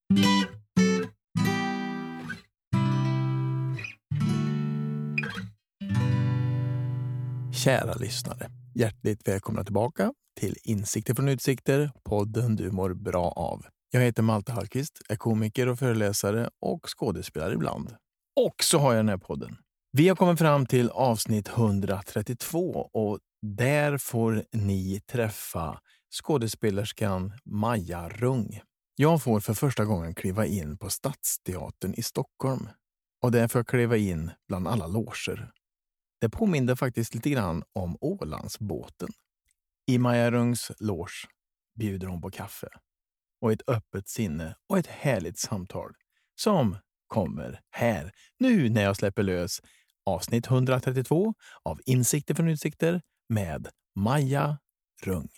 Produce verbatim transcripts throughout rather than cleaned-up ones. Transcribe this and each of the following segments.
Kära lyssnare, hjärtligt välkomna tillbaka till Insikter från utsikter, podden du mår bra av. Jag heter Malte Hallqvist, är komiker och föreläsare och skådespelare ibland. Och så har jag den här podden. Vi har kommit fram till avsnitt hundratrettiotvå och där får ni träffa skådespelerskan Maja Rung. Jag får för första gången kliva in på Stadsteatern i Stockholm och där får jag kliva in bland alla loger. Det påminner faktiskt lite grann om Ålandsbåten. I Maja Rungs loge bjuder hon på kaffe och ett öppet sinne och ett härligt samtal som kommer här nu när jag släpper lös avsnitt hundratrettiotvå av Insikter från utsikter med Maja Rung.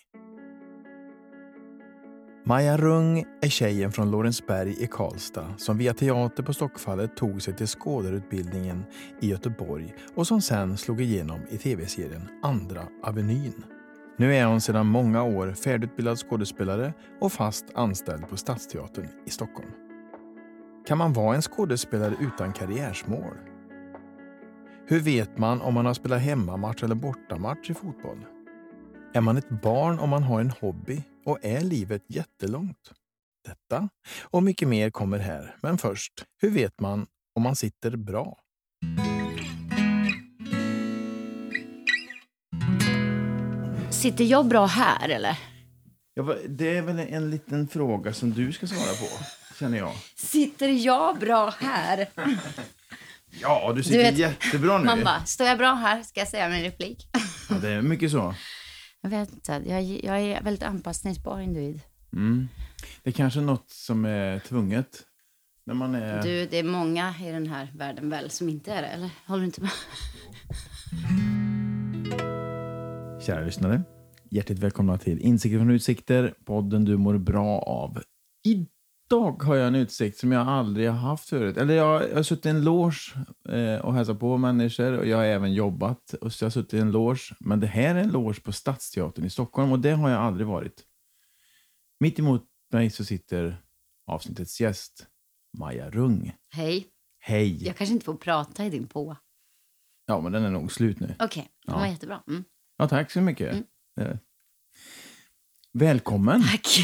Maja Rung är tjejen från Lorensberg i Karlstad som via teater på Stockfallet tog sig till skådespelarutbildningen i Göteborg och som sen slog igenom i tv-serien Andra Avenyn. Nu är hon sedan många år färdigutbildad skådespelare och fast anställd på Stadsteatern i Stockholm. Kan man vara en skådespelare utan karriärsmål? Hur vet man om man har spelat hemmamatch eller bortamatch i fotboll? Är man ett barn om man har en hobby och är livet jättelångt? Detta och mycket mer kommer här. Men först, hur vet man om man sitter bra? Sitter jag bra här eller? Ja, det är väl en liten fråga som du ska svara på, känner jag. Sitter jag bra här? Ja, du sitter du vet, jättebra nu. Man bara, står jag bra här? Ska jag säga min replik? Ja, det är mycket så. Jag vet inte, jag, jag är väldigt anpassningsbar individ. Mm. Det är kanske något som är tvunget. När man är... Du, det är många i den här världen väl som inte är det, eller? Håller du inte med? Kära lyssnare, hjärtligt välkomna till Insikter från utsikter, podden du mår bra av. Idag har jag en utsikt som jag aldrig har haft förut. Eller jag, jag har suttit i en loge eh, och hälsat på människor och jag har även jobbat. Och så har jag suttit i en loge, men det här är en loge på Stadsteatern i Stockholm och det har jag aldrig varit. Mitt emot mig så sitter avsnittets gäst, Maja Rung. Hej. Hej. Jag kanske inte får prata i din på. Ja, men den är nog slut nu. Okej, okay, det var ja. jättebra. Mm. Ja, tack så mycket. Mm. Ja. Välkommen. Tack.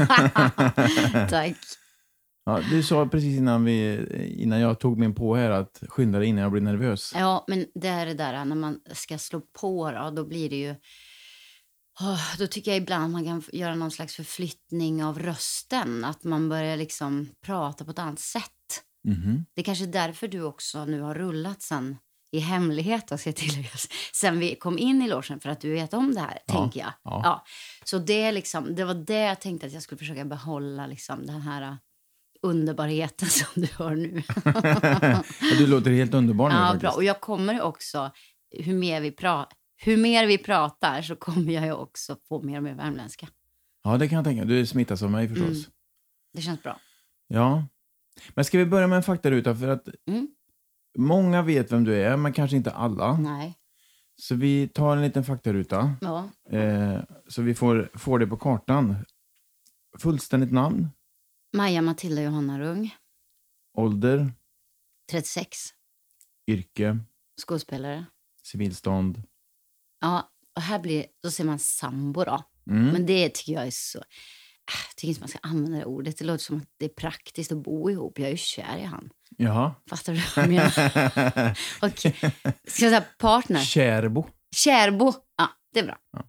Tack. Ja, du sa precis innan, vi, innan jag tog min på här att skynda dig innan jag blir nervös. Ja, men det är det där när man ska slå på då, då blir det ju... Oh, då tycker jag ibland man kan göra någon slags förflyttning av rösten. Att man börjar liksom prata på ett annat sätt. Mm-hmm. Det är kanske därför du också nu har rullat sen i hemlighet och se till sen vi kom in i logen för att du vet om det här, ja, tänker jag. Ja. Ja. Så det, liksom, det var det jag tänkte att jag skulle försöka behålla liksom, den här underbarheten som du har nu. Ja, du låter helt underbar nu ja, faktiskt. Bra. Och jag kommer också, hur mer, vi pra- hur mer vi pratar så kommer jag ju också få mer och mer värmländska. Ja, det kan jag tänka. Du smittas av mig förstås. Mm. Det känns bra. Ja. Men ska vi börja med en faktaruta för att mm. många vet vem du är, men kanske inte alla. Nej. Så vi tar en liten faktaruta. Ja. Eh, så vi får, får det på kartan. Fullständigt namn? Maja Matilda Johanna Rung. Ålder? trettiosex. Yrke? Skådespelare. Civilstånd? Ja, och här blir, då ser man sambo då. Mm. Men det tycker jag är så... Jag tycker inte man ska använda det ordet. Det låter som att det är praktiskt att bo ihop. Jag är ju kär i han. Jaha. Fattar du vad jag menar? Okej. Ska jag säga partner? Kärbo. Kärbo. Ja, det är bra. Ja.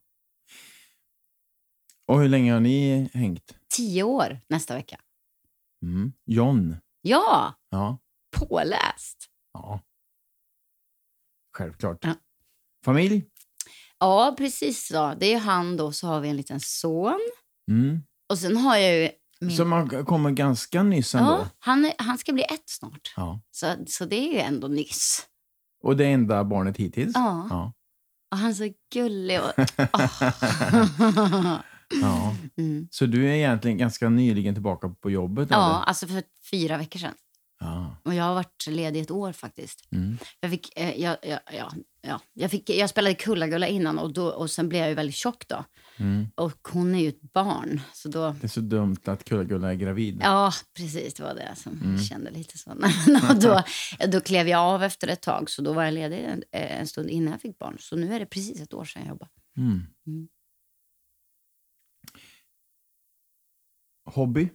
Och hur länge har ni hängt? Tio år nästa vecka. Mm. John. Ja. Ja. Påläst. Ja. Självklart. Ja. Familj? Ja, precis så. Det är ju han då, så har vi en liten son. Mm. Och sen har jag ju... Min... Så man kommer ganska nyss ändå? Ja, han, är, han ska bli ett snart. Ja. Så, så det är ju ändå nyss. Och det enda barnet hittills? Ja. Ja. Och han är så gullig. Och... ja. Mm. Så du är egentligen ganska nyligen tillbaka på jobbet? Ja, eller? alltså för fyra veckor sedan. Ja. Och jag har varit ledig ett år faktiskt. Mm. Jag fick, eh, jag, jag, ja, ja, jag, fick, jag spelade Kulla-Gulla innan och, då, och sen blev jag ju väldigt tjock då. Mm. Och hon är ju ett barn. Så då... Det är så dumt att Kulla-Gulla är gravid. Ja, precis. Det var det som Mm. jag kände lite så. och då, då klev jag av efter ett tag. Så då var jag ledig en, en stund innan jag fick barn. Så nu är det precis ett år sedan jag jobbade. Mm. Mm. Hobby?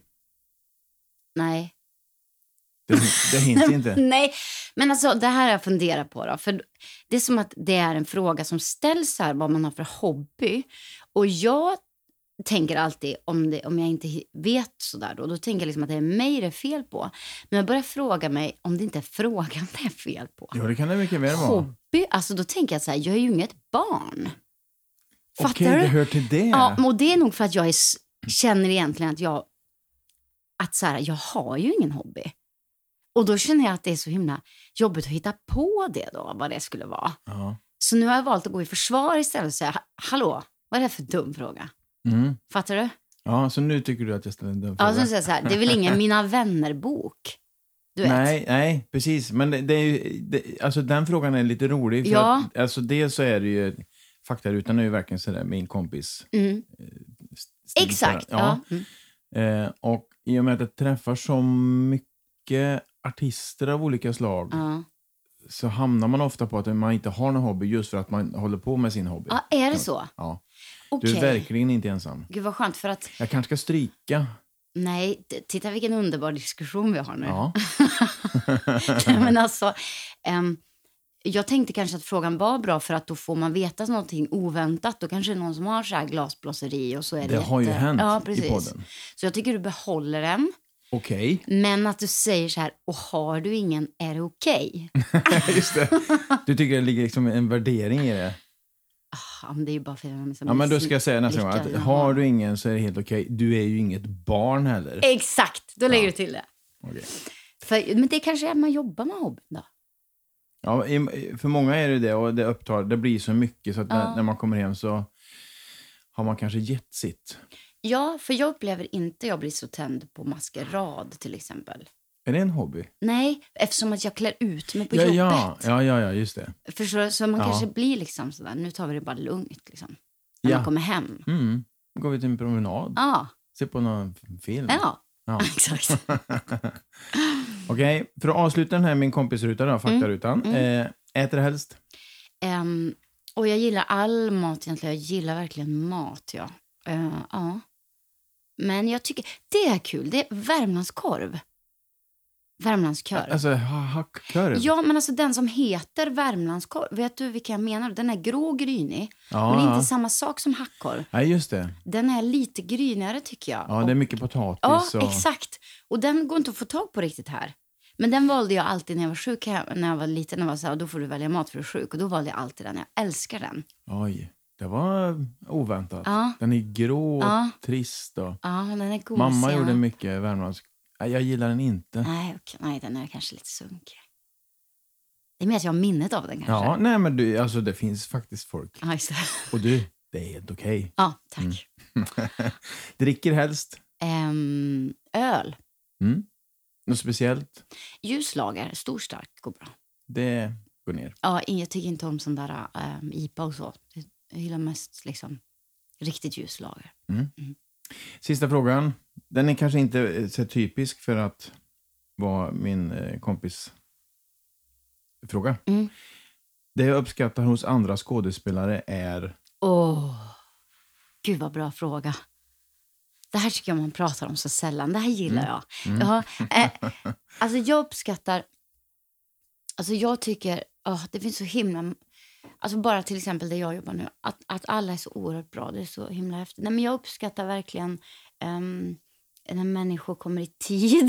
Nej. Det, det hinns inte. Nej, men alltså det här har jag funderat på då. För det är som att det är en fråga som ställs här, vad man har för hobby. Och jag tänker alltid, om, det, om jag inte vet sådär då, då tänker jag liksom att det är mig det är fel på. Men jag börjar fråga mig om det inte är frågan det är fel på. Ja, det kan det mycket väl vara. Hobby, alltså då tänker jag så här, jag är ju inget barn. Fattar Okej, du? det hör till det. Ja, och det är nog för att jag är, känner egentligen att jag, att så här, jag har ju ingen hobby. Och då känner jag att det är så himla jobbigt att hitta på det då, vad det skulle vara. Ja. Så nu har jag valt att gå i försvar istället och säga, hallå, vad är det för dum fråga? Mm. Fattar du? Ja, så nu tycker du att jag ställer en dum Ja, fråga. så säger jag så här, det är väl ingen Mina vänner-bok? Du vet. Nej, nej, precis. Men det, det är ju, det, alltså den frågan är lite rolig. För Ja. att, alltså dels så är det ju, faktarutan är ju verkligen sådär min kompis. Mm. Stil, Exakt, ja. ja. Mm. Eh, och i och med att jag träffar så mycket artister av olika slag Ja. så hamnar man ofta på att man inte har någon hobby just för att man håller på med sin hobby. Ja, är det så? Ja. Okej. Du är verkligen inte ensam. Gud vad skönt för att, Jag kanske ska stryka. nej, t- titta vilken underbar diskussion vi har nu. Ja. Nej, men alltså, ehm, jag tänkte kanske att frågan var bra för att då får man veta någonting oväntat. Då kanske det är någon som har så här glasblåseri och så är det Det har ju jätte- hänt ja, i precis. podden. Så jag tycker du behåller den. Okej. Men att du säger så här, och har du ingen är det okej? Just det. Du tycker det ligger liksom en värdering i det. Ah, men det är ju bara för att jag Ja, men då ska jag säga nästa gång att blickar. har du ingen så är det helt okej. Du är ju inget barn heller. Exakt, då lägger Ja. du till det. Okej. För, men det kanske är att man jobbar med hobbyn då. Ja, i- för många är det det och det upptar, det blir så mycket så att Ja. när, när man kommer hem så har man kanske gett sitt. Ja, för jag upplever inte jag blir så tänd på maskerad till exempel. Är det en hobby? Nej, eftersom att jag klär ut mig på Ja, jobbet. ja, ja, ja, ja, just det. Förstår du? Så man Ja. kanske blir liksom sådär, nu tar vi det bara lugnt liksom. När Ja. man kommer hem. Mm. Då går vi till en promenad. Ja, Se på någon film. ja. Ja. Exakt. Okej, för att avsluta den här min kompisruta då, faktarutan. Mm. Eh, äter helst? Um, och jag gillar all mat egentligen. Jag gillar verkligen mat, ja. Uh, ja. Men jag tycker, det är kul. Det är Värmlandskorv. Värmlandskorv. Alltså ha- hackkorv? Ja, men alltså den som heter Värmlandskorv. Vet du vilka jag menar? Den är grå och grynig. Ja, men det är ja. inte samma sak som hackkorv. Nej, just det. Den är lite grynigare tycker jag. Ja, det är mycket potatis. Ja, och... exakt. Och den går inte att få tag på riktigt här. Men den valde jag alltid när jag var sjuk. När jag var liten och var så här, då får du välja mat för att du är sjuk. Och då valde jag alltid den. Jag älskar den. Oj, det var oväntat. Ja. Den är grå och Ja. trist. Och... Ja, den är god. Mamma ser gjorde jag. mycket värmlandsk. Nej, jag gillar den inte. Nej, okej. Nej, den är kanske lite sunkig. Det är mer att jag har minnet av den kanske. Ja, nej men du, alltså det finns faktiskt folk. Ja, just det. Och du, det är helt okej. Ja, tack. Mm. Dricker helst? Ehm, öl. Mm. Något speciellt? Ljuslager, stor stark går bra. Det går ner. Ja, jag tycker inte om sån där um, I P A och så. Jag gillar mest liksom riktigt ljuslager. Mm. Mm. Sista frågan. Den är kanske inte så typisk för att vara min eh, kompis fråga. Mm. Det jag uppskattar hos andra skådespelare är... Åh, gud vad bra fråga. Det här tycker jag man pratar om så sällan. Det här gillar jag. Mm. Ja, eh, alltså jag uppskattar... Alltså jag tycker... Oh, det finns så himla... Alltså bara till exempel där jag jobbar nu. Att, att alla är så oerhört bra. Det är så himla häftigt. Nej, men jag uppskattar verkligen um, när människor kommer i tid.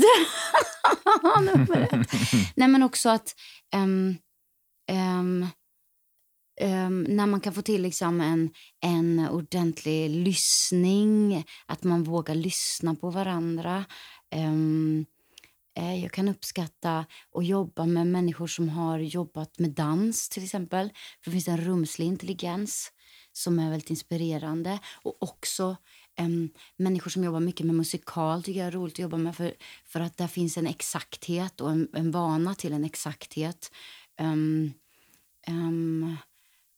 Nej, men också att... Um, um, Um, när man kan få till liksom en, en ordentlig lyssning, att man vågar lyssna på varandra. Um, uh, jag kan uppskatta att jobba med människor som har jobbat med dans till exempel. För det finns en rumslig intelligens som är väldigt inspirerande. Och också um, människor som jobbar mycket med musikal tycker jag är roligt att jobba med. För, för att där finns en exakthet och en, en vana till en exakthet. Um, um,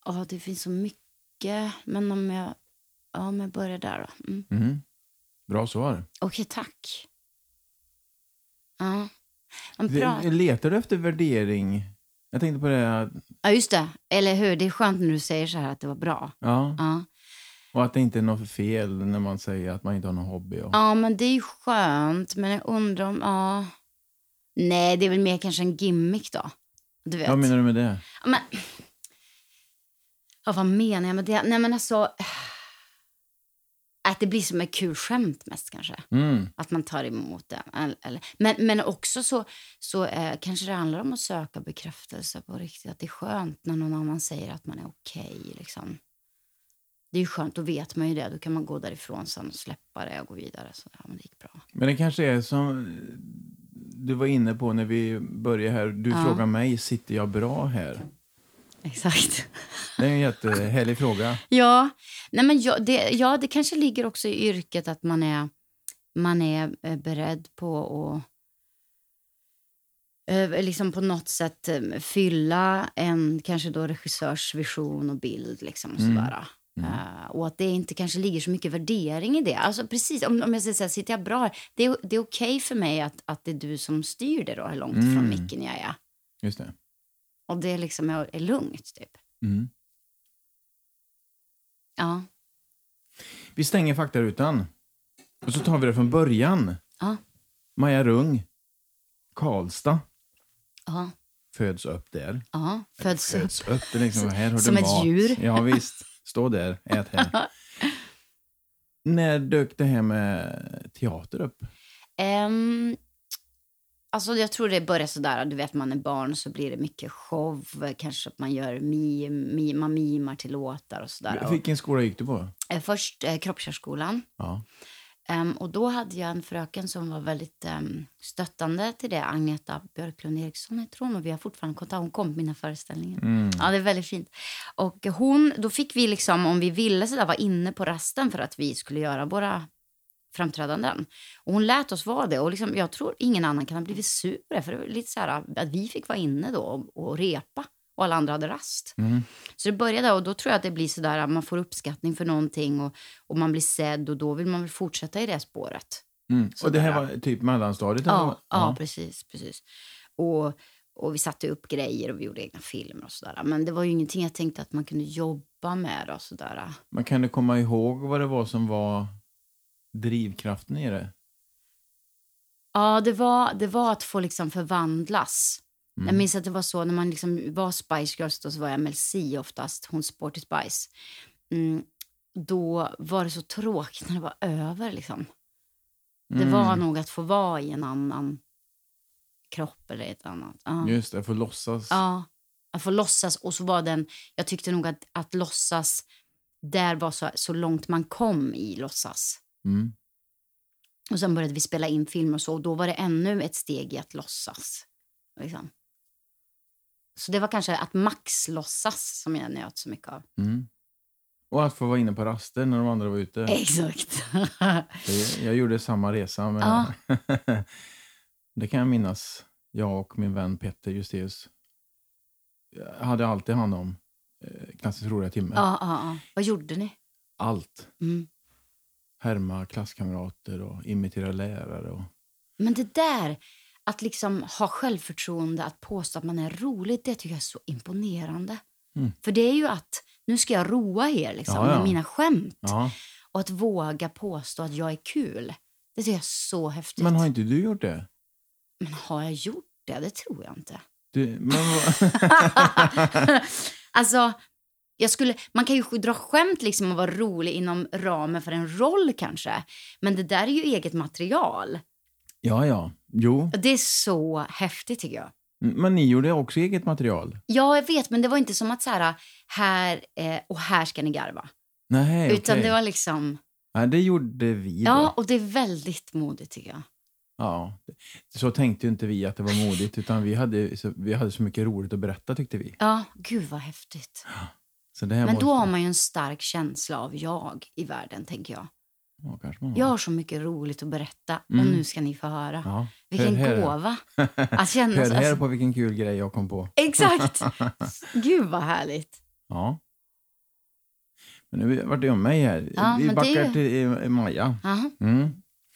Ja, det finns så mycket. Men om jag, ja, om jag börjar där då. Mm. Mm. Bra svar. Okej, tack. Ja. Man Det- pratar... Letar du efter värdering? Jag tänkte på det. Att, Ja, just det. Eller hur? Det är skönt när du säger så här att det var bra. ja. Ja. Och att det inte är något fel när man säger att man inte har någon hobby. Och... Ja, men det är ju skönt. Men jag undrar om... Ja. Nej, det är väl mer kanske en gimmick då. Du vet. Vad menar du med det? Ja, men... Ja, vad menar jag med det? Nej, men alltså... Att det blir som ett kul skämt mest kanske. Mm. Att man tar emot det. Eller, men, men också så, så eh, kanske det handlar om att söka bekräftelse på riktigt. Att det är skönt när någon annan säger att man är okej. Liksom. Det är ju skönt, då vet man ju det. Då kan man gå därifrån sen och släppa det och gå vidare. Så ja, men det gick bra. Men det kanske är som du var inne på när vi började här. Du Ja. frågar mig, sitter jag bra här? Exakt. Det är en jättehärlig fråga. Ja, nej men ja, det, ja, det kanske ligger också i yrket att man är, man är eh, beredd på att eh, liksom på något sätt eh, fylla en kanske då regissörs vision och bild liksom och Mm. sådär. Mm. Uh, och att det inte kanske ligger så mycket värdering i det. Alltså precis, om, om jag säger så här, sitter jag bra här? Det är, det är okej för mig att, att det är du som styr det då, hur långt Mm. från micken jag är. Just det. Och det liksom är, är lugnt typ. Mm. Ja. Vi stänger faktarutan. Och så tar vi det från början. Ja. Maja Rung, Karlstad, Ja. föds upp där. Ja. Föds upp. Föds upp, det är liksom, här har Som du ett mat. djur. Ja visst, stå där, ät här. När dök det här med teater upp? Um, alltså jag tror det börjar sådär, du vet man är barn så blir det mycket show, kanske att man gör mim, mim, man mimar till låtar och sådär. Vilken skola gick du på? Och, eh, först eh, kroppskörsskolan. Ja. Um, och då hade jag en fröken som var väldigt um, stöttande till det, Agneta Björklund Eriksson, jag tror, och vi har fortfarande kontakt. Hon kom på mina föreställningar. Mm. Ja, det är väldigt fint. Och hon, då fick vi liksom, om vi ville så där, vara inne på rasten för att vi skulle göra våra framträdanden. Och hon lät oss vara det. Och liksom, jag tror ingen annan kan ha blivit sur på det. För det var lite så här att vi fick vara inne då och, och repa. Och alla andra hade rast. Mm. Så det började, och då tror jag att det blir så där att man får uppskattning för någonting. Och, och man blir sedd, och då vill man väl fortsätta i det spåret. Mm. Så Och det här där. var typ mellanstadiet? Ja, eller? ja, precis, precis. Och, och vi satte upp grejer och vi gjorde egna filmer och sådär. Men det var ju ingenting jag tänkte att man kunde jobba med och sådär. Man kan du komma ihåg vad det var som var drivkraften i det? Ja, det var, det var att få liksom förvandlas. Mm. Jag minns att det var så när man liksom var Spice Girls, då så var jag Mel C oftast, hon Sporty Spice. Mm, då var det så tråkigt när det var över liksom. Det Mm. var nog att få vara i en annan kropp eller ett annat. Ja. Just det, för låtsas. Ja, att få låtsas. Och så var den, jag tyckte nog att, att låtsas, där var så, så långt man kom i låtsas. Mm. Och sen började vi spela in film och så. Och då var det ännu ett steg i att låtsas. Liksom. Så det var kanske att max låtsas som jag njöt så mycket av. Mm. Och att få vara inne på raster när de andra var ute. Exakt. Det, jag gjorde samma resa. Men Ja. det kan jag minnas. Jag och min vän Petter Justeus jag hade alltid hand om eh, klassens roliga timme. Ja, ja, ja. Vad gjorde ni? Allt. Mm. Härma klasskamrater och imitera lärare. Och... Men det där, att liksom ha självförtroende, att påstå att man är rolig, det tycker jag är så imponerande. Mm. För det är ju att, nu ska jag roa er liksom, Ja, ja. med mina skämt. Ja. Och att våga påstå att jag är kul, det tycker jag är så häftigt. Men har inte du gjort det? Men har jag gjort det? Det tror jag inte. Du, men vad... Alltså, jag skulle, man kan ju dra skämt liksom och vara rolig inom ramen för en roll kanske. Men det där är ju eget material. ja, ja. Jo. Det är så häftigt tycker jag. Men ni gjorde också eget material? Ja, jag vet, men det var inte som att så här, här eh, och här ska ni garva. Nej, Utan okej. det var liksom... Nej, det gjorde vi då. Ja, och det är väldigt modigt tycker jag. Ja, så tänkte ju inte vi att det var modigt, utan vi hade så, vi hade så mycket roligt att berätta tyckte vi. Ja, gud vad häftigt. Så det här Men måste... då har man ju en stark känsla av jag i världen, tänker jag. Ja, kanske man har. Jag har så mycket roligt att berätta och Mm. nu ska ni få höra. Ja. Vilken Hör här. gåva. Att känna Hör så- här alltså- på vilken kul grej jag kom på. Exakt. Gud vad härligt. Ja. Men nu vart det om mig här. Ja, vi backar det... till i, i Maja. Aha. Mm.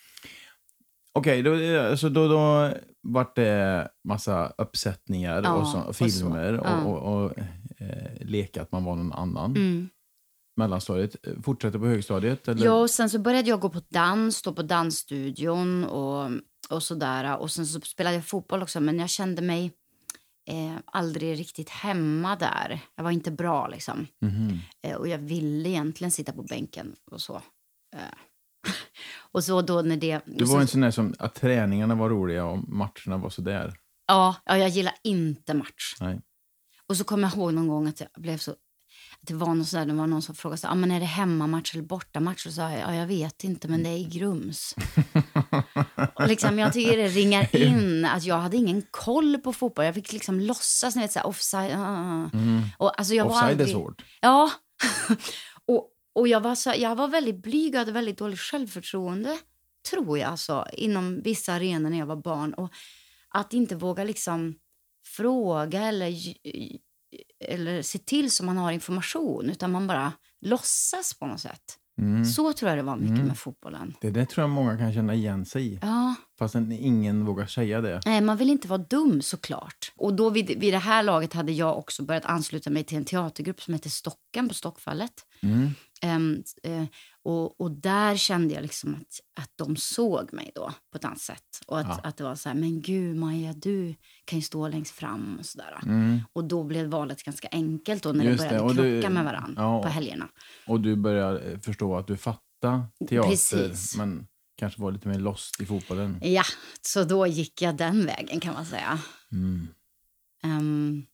Okej, okay, då, alltså då, då vart det massa uppsättningar ja, och, så, och filmer och, ja. och, och, och eh, leka att man var någon annan. Mm. Mellanstadiet. Fortsätter på högstadiet? Eller? Ja, och sen så började jag gå på dans, stå på dansstudion och, och sådär. Och sen så spelade jag fotboll också, men jag kände mig eh, aldrig riktigt hemma där. Jag var inte bra liksom. Mm-hmm. Eh, och jag ville egentligen sitta på bänken och så. Eh. Och så då när det... Du var så, en sån där som att träningarna var roliga och matcherna var så där. Ja, ja jag gillar inte match. Nej. Och så kommer jag ihåg någon gång att jag blev så... Att det var någon, sådär, det var någon som frågade så, ah, men är det hemmamatch eller bortamatch? Och så sa jag, ja, jag vet inte, men det är i Grums. Och liksom, jag tycker det ringar in att jag hade ingen koll på fotboll. Jag fick liksom låtsas, ni vet, så här, offside. Uh. Mm. Och, alltså, jag offside var aldrig... är svårt. Ja. och och jag, var så, jag var väldigt blyg och hade väldigt dåligt självförtroende, tror jag, alltså, inom vissa arenor när jag var barn. Och att inte våga liksom fråga eller... eller se till så man har information, utan man bara låtsas på något sätt. Mm. Så tror jag det var mycket mm. med fotbollen. Det där tror jag många kan känna igen sig i. Ja. Fast ingen vågar säga det. Nej, man vill inte vara dum såklart. Och då vid, vid det här laget hade jag också börjat ansluta mig till en teatergrupp som heter Stocken på Stockfallet. Mm. Um, uh, och, och där kände jag liksom att, att de såg mig då på ett annat sätt. Och att, ja. att det var så här, men gud Maja, du kan ju stå längst fram och sådär. Mm. Och då blev valet ganska enkelt då när Just det började det. krocka du, med varandra ja, på helgerna. Och du började förstå att du fattar teater. Precis. Men kanske var lite mer lost i fotbollen. Ja, så då gick jag den vägen kan man säga. Mm. Um,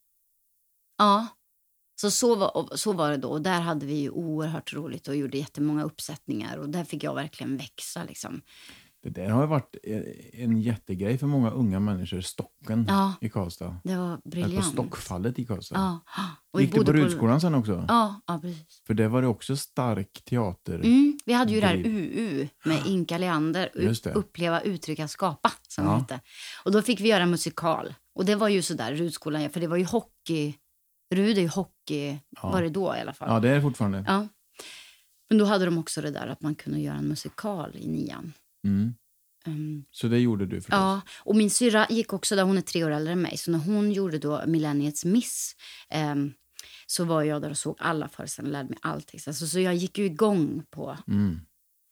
ja. Så, så, var, så var det då. Och där hade vi ju oerhört roligt och gjorde jättemånga uppsättningar. Och där fick jag verkligen växa liksom. Det där har varit en jättegrej för många unga människor. Stocken ja, i Karlstad. Det var briljant. Eller på Stockfallet i Karlstad. Ja. Och gick du på Rudskolan sen också? Ja, ja, precis. För det var det också stark teater. Mm, vi hade ju där U U med Inka Leander. Just det. Uppleva, uttrycka, skapa som ja. det hette. Och då fick vi göra en musikal. Och det var ju så där Rudskolan, för det var ju hockey. Rud är ju hockey, ja. Var det då i alla fall. Ja, det är det fortfarande. Ja. Men då hade de också det där att man kunde göra en musikal i nian. Mm. Um, så det gjorde du förstås? Ja, och min syra gick också där, hon är tre år äldre än mig. Så när hon gjorde då Millenniets Miss um, så var jag där och såg alla föreställningar och lärde mig allt. Alltså, så jag gick ju igång på, mm.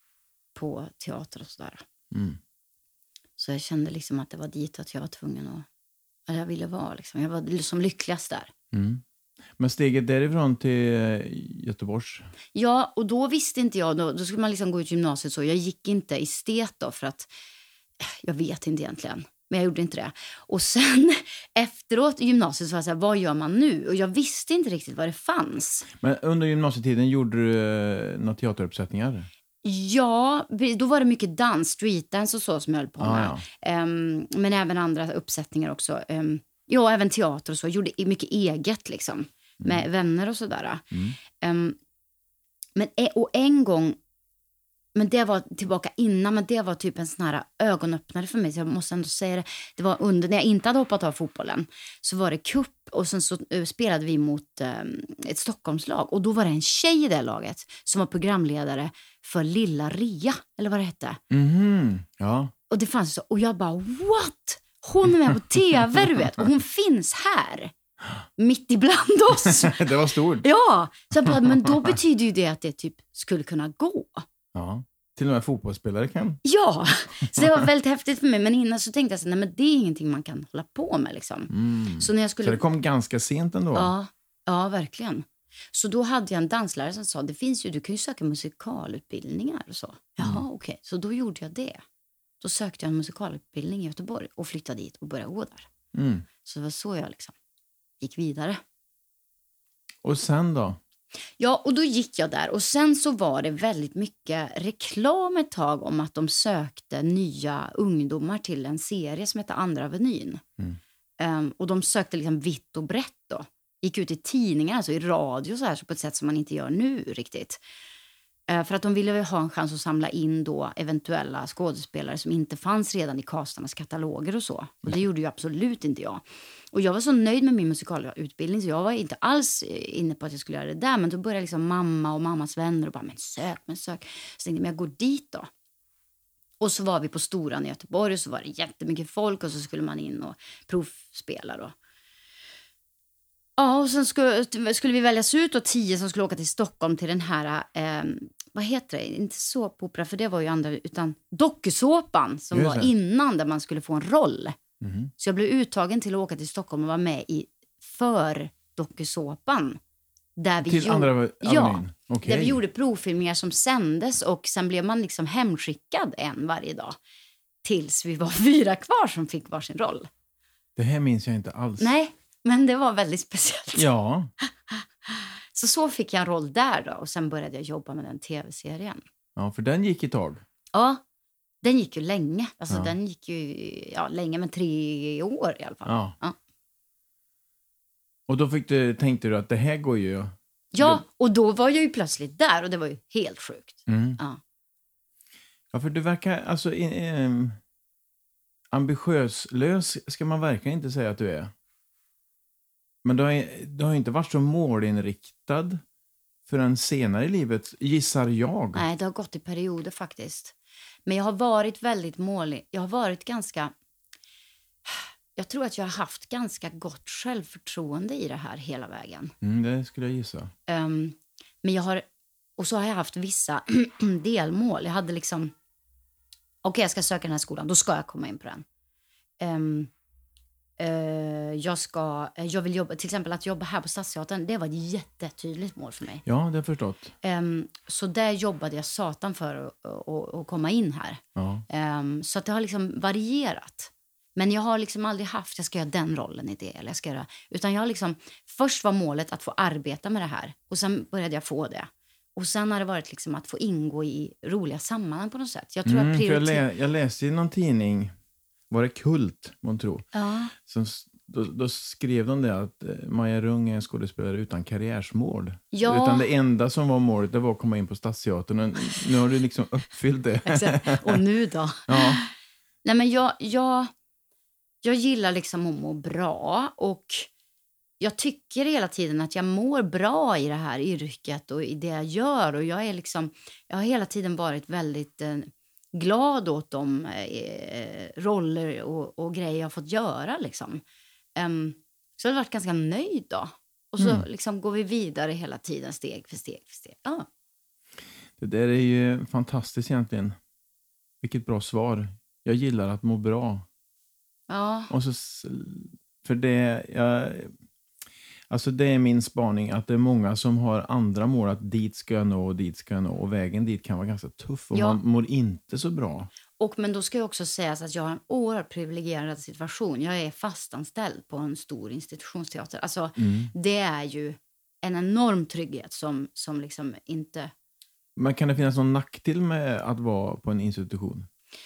på teater och sådär. Mm. Så jag kände liksom att det var dit att jag var tvungen att, att jag ville vara. Liksom. Jag var som lyckligast där. Mm. Men steget därifrån till Göteborgs? Ja, och då visste inte jag. Då, då skulle man liksom gå ut gymnasiet så. Jag gick inte i estet då för att jag vet inte egentligen. Men jag gjorde inte det. Och sen efteråt i gymnasiet så var jag så här, vad gör man nu? Och jag visste inte riktigt vad det fanns. Men under gymnasietiden gjorde du eh, några teateruppsättningar? Ja, då var det mycket dans, streetdance och så som jag höll på med. Ah, ja. um, men även andra uppsättningar också. Um, ja, även teater och så. Jag gjorde mycket eget liksom. Med mm. vänner och sådär. Mm. Um, men, och en gång, men det var tillbaka innan, men det var typ en sån här ögonöppnare för mig. Så jag måste ändå säga det. Det var under, när jag inte hade hoppat av fotbollen, så var det cup. Och sen så uh, spelade vi mot um, ett Stockholmslag. Och då var det en tjej i det laget som var programledare för Lilla Ria. Eller vad det hette. Mm-hmm. Ja. Och det fanns så. Och jag bara, what? Hon är med på tv, du vet. Och hon finns här. Mitt ibland oss. Det var stort. Ja, så jag bara, men då betyder ju det att det typ skulle kunna gå. Ja, till och med fotbollsspelare kan. Ja, så det var väldigt häftigt för mig. Men innan så tänkte jag så, nej men det är ingenting man kan hålla på med liksom. Mm. Så, när jag skulle... så det kom ganska sent ändå? Ja, ja, verkligen. Så då hade jag en danslärare som sa, det finns ju, du kan ju söka musikalutbildningar och så. Jaha, mm. okej. Okay. Så då gjorde jag det. Då sökte jag en musikalutbildning i Göteborg och flyttade dit och började gå där. Mm. Så det var så jag liksom gick vidare. Och sen då? Ja, och då gick jag där. Och sen så var det väldigt mycket reklam ett tag om att de sökte nya ungdomar till en serie som heter Andra Avenyn. Mm. Um, och de sökte liksom vitt och brett då. Gick ut i tidningar, alltså i radio så här, så på ett sätt som man inte gör nu riktigt. Eh, för att de ville ha en chans att samla in då eventuella skådespelare som inte fanns redan i castarnas kataloger och så. Och det gjorde ju absolut inte jag. Och jag var så nöjd med min musikalutbildning så jag var inte alls inne på att jag skulle göra det där. Men då började liksom mamma och mammas vänner och bara, men sök, men sök. Så tänkte jag, men jag går dit då. Och så var vi på Storan i Göteborg och så var det jättemycket folk och så skulle man in och provspela då. Ja, och sen skulle, skulle vi väljas ut och tio som skulle åka till Stockholm till den här, eh, vad heter det? Inte såpopera, för det var ju andra, utan dokusåpan som var innan där man skulle få en roll. Mm. Så jag blev uttagen till att åka till Stockholm och vara med i för dokusåpan. Där vi till gjorde, andra ja, okay. där vi gjorde provfilmningar som sändes och sen blev man liksom hemskickad en varje dag. Tills vi var fyra kvar som fick varsin roll. Det här minns jag inte alls. Nej. Men det var väldigt speciellt. Ja. Så så fick jag en roll där då. Och sen började jag jobba med den tv-serien. Ja, för den gick ett tag. Ja, den gick ju länge. Alltså ja. den gick ju, ja, länge, men tre år i alla fall. Ja. ja. Och då fick du, tänkte du att det här går ju... Ja, och då var jag ju plötsligt där. Och det var ju helt sjukt. Mm. Ja. Ja, för du verkar, alltså... Eh, ambitiöslös ska man verkligen inte säga att du är. Men du har, du har inte varit så målinriktad förrän senare i livet, gissar jag. Nej, det har gått i perioder faktiskt. Men jag har varit väldigt målig. Jag har varit ganska... Jag tror att jag har haft ganska gott självförtroende i det här hela vägen. Mm, det skulle jag gissa. Um, men jag har... Och så har jag haft vissa delmål. Jag hade liksom... Okej, okay, jag ska söka den här skolan. Då ska jag komma in på den. Um, Uh, jag ska, jag vill jobba, till exempel att jobba här på Stadsteatern, det var ett jättetydligt mål för mig. Ja, det har jag förstått. Um, så där jobbade jag satan för att, att, att komma in här. Ja. Um, så att det har liksom varierat. Men jag har liksom aldrig haft, jag ska göra den rollen i det. Eller jag ska göra, utan jag har liksom, först var målet att få arbeta med det här. Och sen började jag få det. Och sen har det varit liksom att få ingå i roliga sammanhang på något sätt. Jag tror mm, att prioriter- jag, lä- jag läste i någon tidning, var det Kult, man tror. Ja. Som, då, då skrev de det att Maja Rung är en skådespelare utan karriärsmål. Ja. Utan det enda som var målet, det var att komma in på Stadsteatern. Och nu har du liksom uppfyllt det. Exakt. Och nu då? Ja. Nej, men jag, jag, jag gillar liksom att må bra. Och jag tycker hela tiden att jag mår bra i det här yrket och i det jag gör. Och jag är liksom, jag har hela tiden varit väldigt... Eh, glad åt de eh, roller och, och grejer jag har fått göra liksom. Um, så jag har varit ganska nöjd då. Och så mm. liksom går vi vidare hela tiden, steg för steg för steg. Ja. Det där är ju fantastiskt egentligen. Vilket bra svar. Jag gillar att må bra. Ja. Och så, för det, jag, alltså det är min spaning att det är många som har andra mål, att dit ska jag nå och dit ska jag nå. Och vägen dit kan vara ganska tuff och ja. Man mår inte så bra. Och men då ska jag också säga att jag har en oerhört privilegierad situation. Jag är fastanställd på en stor institutionsteater. Alltså mm. det är ju en enorm trygghet som, som liksom inte... Men kan det finnas någon nackdel med att vara på en institution?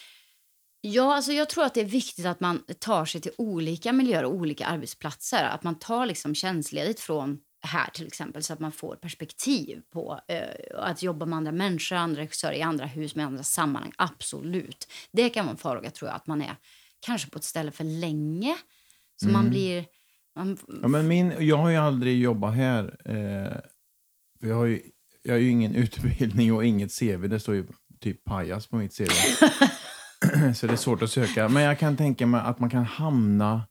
Ja, alltså jag tror att det är viktigt att man tar sig till olika miljöer och olika arbetsplatser. Att man tar liksom tjänstledigt från här till exempel så att man får perspektiv på eh, att jobba med andra människor, andra regissörer i andra hus med andra sammanhang. Absolut. Det kan vara en farhåga, tror jag, att man är kanske på ett ställe för länge. Så mm. man blir... Man... Ja, men min, jag har ju aldrig jobbat här. Eh, för jag har ju, jag har ju ingen utbildning och inget C V. Det står ju typ pajas på mitt C V. Så det är svårt att söka. Men jag kan tänka mig att man kan hamna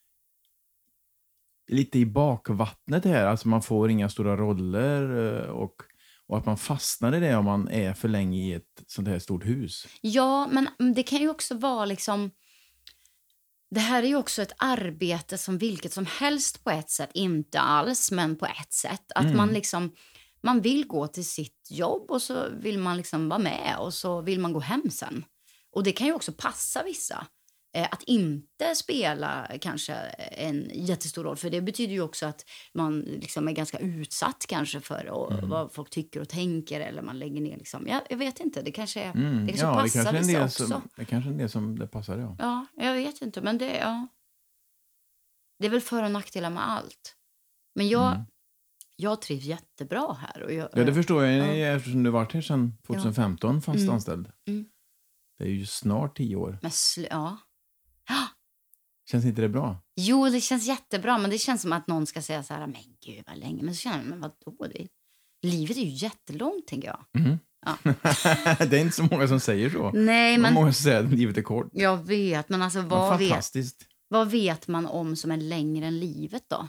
lite i bakvattnet här. Alltså man får inga stora roller och, och att man fastnar i det om man är för länge i ett sånt här stort hus. Ja, men det kan ju också vara liksom... Det här är ju också ett arbete som vilket som helst på ett sätt. Inte alls, men på ett sätt. Att mm. man liksom... Man vill gå till sitt jobb och så vill man liksom vara med och så vill man gå hem sen. Och det kan ju också passa vissa. Eh, att inte spela kanske en jättestor roll. För det betyder ju också att man liksom är ganska utsatt kanske för och, mm. vad folk tycker och tänker. Eller man lägger ner liksom. Ja, jag vet inte, det kanske, är, mm. det kanske ja, passar det kanske vissa är också. Som, det kanske är det som det passar, ja. Ja, jag vet inte. Men det, ja. Det är väl för- och nackdelar med allt. Men jag, mm. jag trivs jättebra här. Och jag, ja, det förstår jag. Ja. Eftersom du varit här sedan tjugohundrafemton fast Mm. anställd. Mm. Det är ju snart tio år. Men sl- ja. Känns inte det bra? Jo, det känns jättebra. Men det känns som att någon ska säga så här, men gud vad länge. Men så känner jag, men vadå? Det, livet är ju jättelångt, tänker jag. Mm. Ja. Det är inte så många som säger så. Nej, men... men... Många som säger att livet är kort. Jag vet, men alltså vad, men vet, fantastiskt. vad vet man om som är längre än livet då?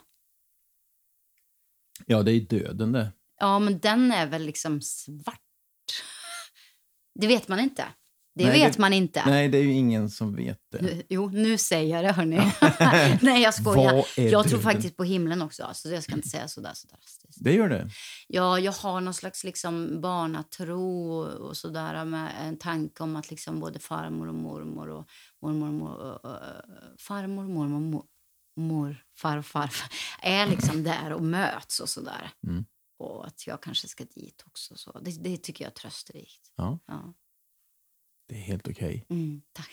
Ja, det är döden det. Ja, men den är väl liksom svart. Det vet man inte. Det nej, vet det, man inte. Nej, det är ju ingen som vet det. Nu, jo, nu säger jag det, hörni. Nej, jag skojar. Jag döden? tror faktiskt på himlen också, så jag ska inte säga så där så drastiskt. Det gör det? Ja, jag har någon slags liksom barnatro och sådär med en tanke om att liksom både farmor och mormor och mormor och mor, och, och, farmor, mormor, mor, mor, far och farfar är liksom där och möts och sådär. Mm. Och att jag kanske ska dit också. Så. Det, det tycker jag är trösterikt. Ja. Ja. Det är helt okej. Okay. Mm, tack.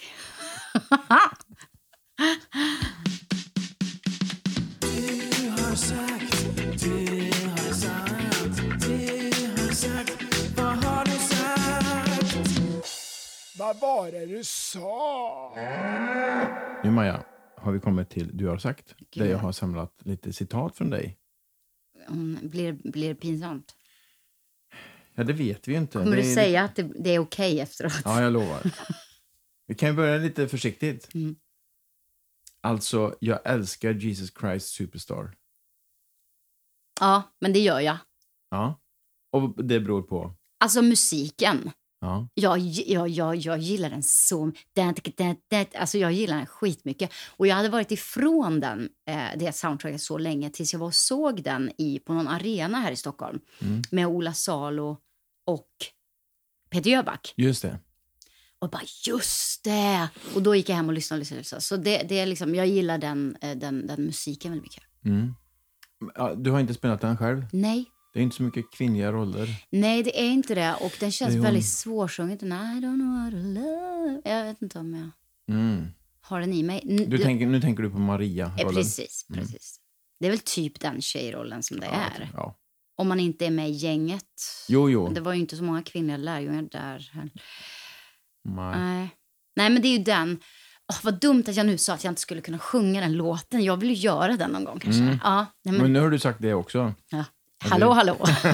Du har sagt, du har sagt, du har sagt, vad har du sagt? Vad var det du sa? Nu Maja, har vi kommit till du har sagt. Gud. Där jag har samlat lite citat från dig. Mm, blir, blir det pinsamt? Ja, det vet vi ju inte. Kommer det du är... säga att det, det är okej okay efteråt? Ja, jag lovar. Vi kan ju börja lite försiktigt. Mm. Alltså, jag älskar Jesus Christ Superstar. Ja, men det gör jag. Ja. Och det beror på? Alltså musiken. Ja. Jag, jag, jag, jag gillar den så... Alltså jag gillar den skitmycket. Och jag hade varit ifrån den, eh, det soundtracket så länge tills jag var och såg den i, på någon arena här i Stockholm. Mm. Med Ola Salo och Peter Jöback. Just det. Och bara, just det! Och då gick jag hem och lyssnade. Och lyssnade. Så det, det är liksom, jag gillar den, den, den musiken väldigt mycket. Mm. Ja, du har inte spelat den själv? Nej. Det är inte så mycket kvinnliga roller. Nej, det är inte det. Och den känns hon... väldigt svårsjunget. I don't know how to love. Jag vet inte om jag Mm. har den i mig. N- Du tänker, nu tänker du på Maria-rollen. Eh, precis, precis. Mm. Det är väl typ den tjejrollen som det ja, är. Ja. Om man inte är med i gänget. Jo, jo. Det var ju inte så många kvinnliga lärjungar där. Nej. Nej. Nej, men det är ju den. Oh, vad dumt att jag nu sa att jag inte skulle kunna sjunga den låten. Jag vill ju göra den någon gång kanske. Mm. Ja, nej, men... men nu har du sagt det också. Ja. Hallå, hallå.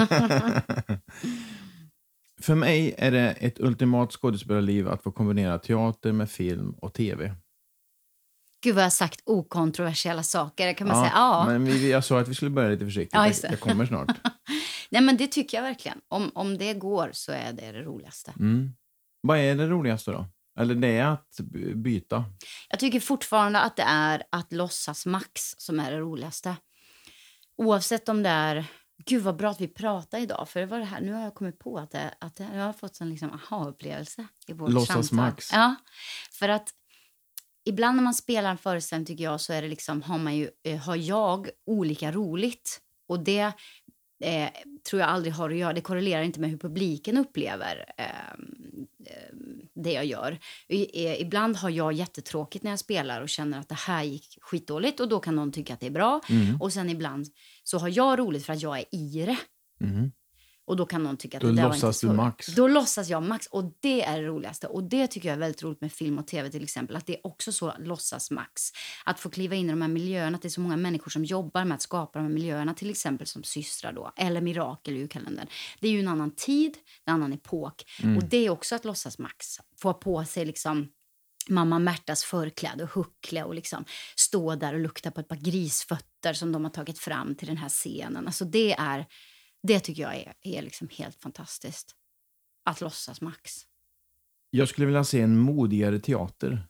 För mig är det ett ultimat skådespelarliv att få kombinera teater med film och tv. Gud vad jag har sagt okontroversiella saker. Kan man ja, säga, ja. Men vi, jag sa att vi skulle börja lite försiktigt. Ja, jag, jag kommer snart. Nej, men det tycker jag verkligen. Om, om det går så är det det roligaste. Mm. Vad är det roligaste då? Eller det är att byta? Jag tycker fortfarande att det är att låtsas max som är det roligaste. Oavsett om det är... Gud vad bra att vi pratar idag. För det var det här, nu har jag kommit på att, det, att det, jag har fått en liksom aha-upplevelse i vårt låtsas samtal. max. Ja, för att ibland när man spelar en föreställning tycker jag så är det liksom, har, man ju, har jag olika roligt. Och det eh, tror jag aldrig har att göra. Det korrelerar inte med hur publiken upplever eh, det jag gör. I, eh, ibland har jag jättetråkigt när jag spelar och känner att det här gick skitdåligt. Och då kan någon tycka att det är bra. Mm. Och sen ibland så har jag roligt för att jag är i det. Mm. Och då kan någon tycka att då det där var låtsas inte så. Du max. Då låtsas jag max. Och det är det roligaste. Och det tycker jag är väldigt roligt med film och tv till exempel. Att det är också så låtsas max. Att få kliva in i de här miljöerna. Att det är så många människor som jobbar med att skapa de här miljöerna. Till exempel som systrar då. Eller Mirakel i julkalendern. Det är ju en annan tid. En annan epok. Mm. Och det är också att låtsas max. Få på sig liksom mamma Märtas förkläde och huckle och liksom stå där och lukta på ett par grisfötter som de har tagit fram till den här scenen. Alltså det är... Det tycker jag är, är liksom helt fantastiskt. Att låtsas max. Jag skulle vilja se en modigare teater.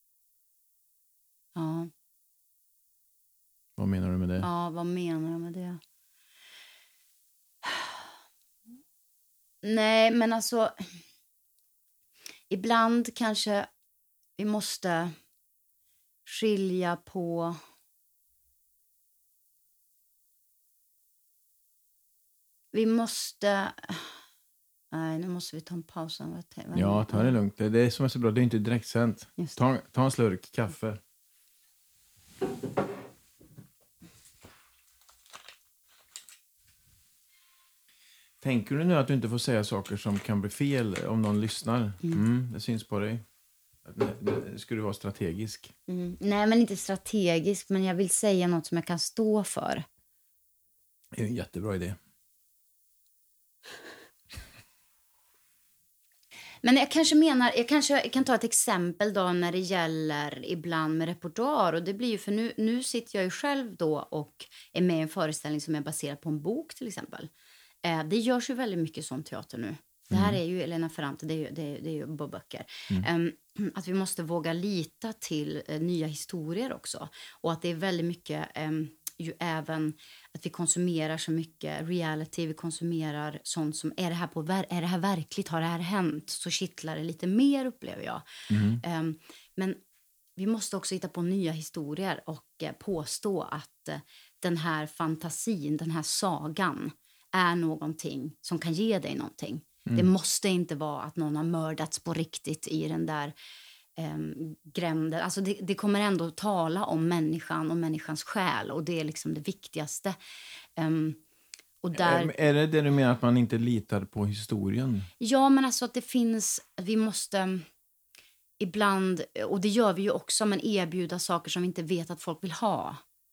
Ja. Vad menar du med det? Ja, vad menar jag med det? Nej, men alltså... Ibland kanske vi måste skilja på... Vi måste... Nej, nu måste vi ta en paus. Ja, ta det lugnt. Det är det som är så bra. Det är inte direkt sent. Ta, ta en slurk kaffe. Tänker du nu att du inte får säga saker som kan bli fel om någon lyssnar? Mm, mm det syns på dig. Nu ska du vara strategisk. Mm. Nej, men inte strategisk. Men jag vill säga något som jag kan stå för. Det är en jättebra idé. Men jag kanske menar, jag kanske jag kan ta ett exempel då när det gäller ibland med repertoar. Och det blir ju, för nu, nu sitter jag ju själv då och är med i en föreställning som är baserad på en bok till exempel. Eh, det görs ju väldigt mycket sån teater nu. Det här är ju Elena Ferrante, det är ju, det är, det är ju böcker. Mm. Um, att vi måste våga lita till uh, nya historier också. Och att det är väldigt mycket, um, ju även att vi konsumerar så mycket reality. Vi konsumerar sånt som, är det här, på, är det här verkligt? Har det här hänt? Så kittlar det lite mer, upplever jag. Mm. Um, men vi måste också hitta på nya historier och uh, påstå att uh, den här fantasin, den här sagan är någonting som kan ge dig någonting. Mm. Det måste inte vara att någon har mördats på riktigt i den där eh, gränden. Alltså det, det kommer ändå tala om människan och människans själ. Och det är liksom det viktigaste. Um, och där... Är det det du menar, att man inte litar på historien? Ja, men alltså att det finns... Vi måste ibland, och det gör vi ju också, men erbjuda saker som vi inte vet att folk vill ha.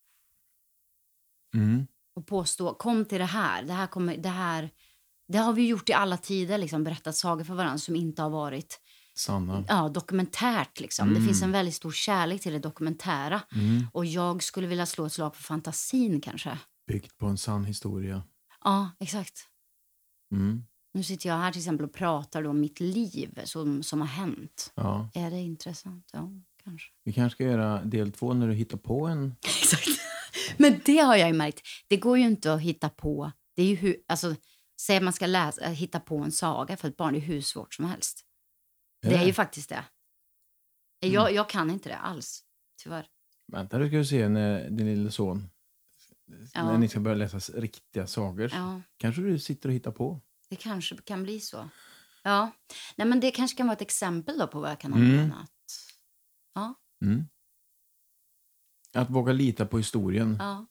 Mm. Och påstå, kom till det här. Det här kommer... Det här... Det har vi gjort i alla tider, liksom, berättat sagor för varandra som inte har varit sanna. Ja, dokumentärt. Liksom. Mm. Det finns en väldigt stor kärlek till det dokumentära. Mm. Och jag skulle vilja slå ett slag för fantasin kanske. Byggt på en sann historia. Ja, exakt. Mm. Nu sitter jag här till exempel och pratar om mitt liv som, som har hänt. Ja. Är det intressant? Ja, kanske. Vi kanske ska göra del två när du hittar på en... Exakt. Men det har jag ju märkt. Det går ju inte att hitta på. Det är ju hur... Alltså, säg att man ska läsa, hitta på en saga för ett barn, det är hur svårt som helst. Är det? det är ju faktiskt det. Jag, mm. jag kan inte det alls, tyvärr. Vänta, du ska ju se när din lilla son, ja. när ni ska börja läsa riktiga sagor. Ja. Kanske du sitter och hittar på. Det kanske kan bli så. Ja, nej, men det kanske kan vara ett exempel då på vad jag kan använda. Mm. Att, ja. Mm. Att våga lita på historien. Ja.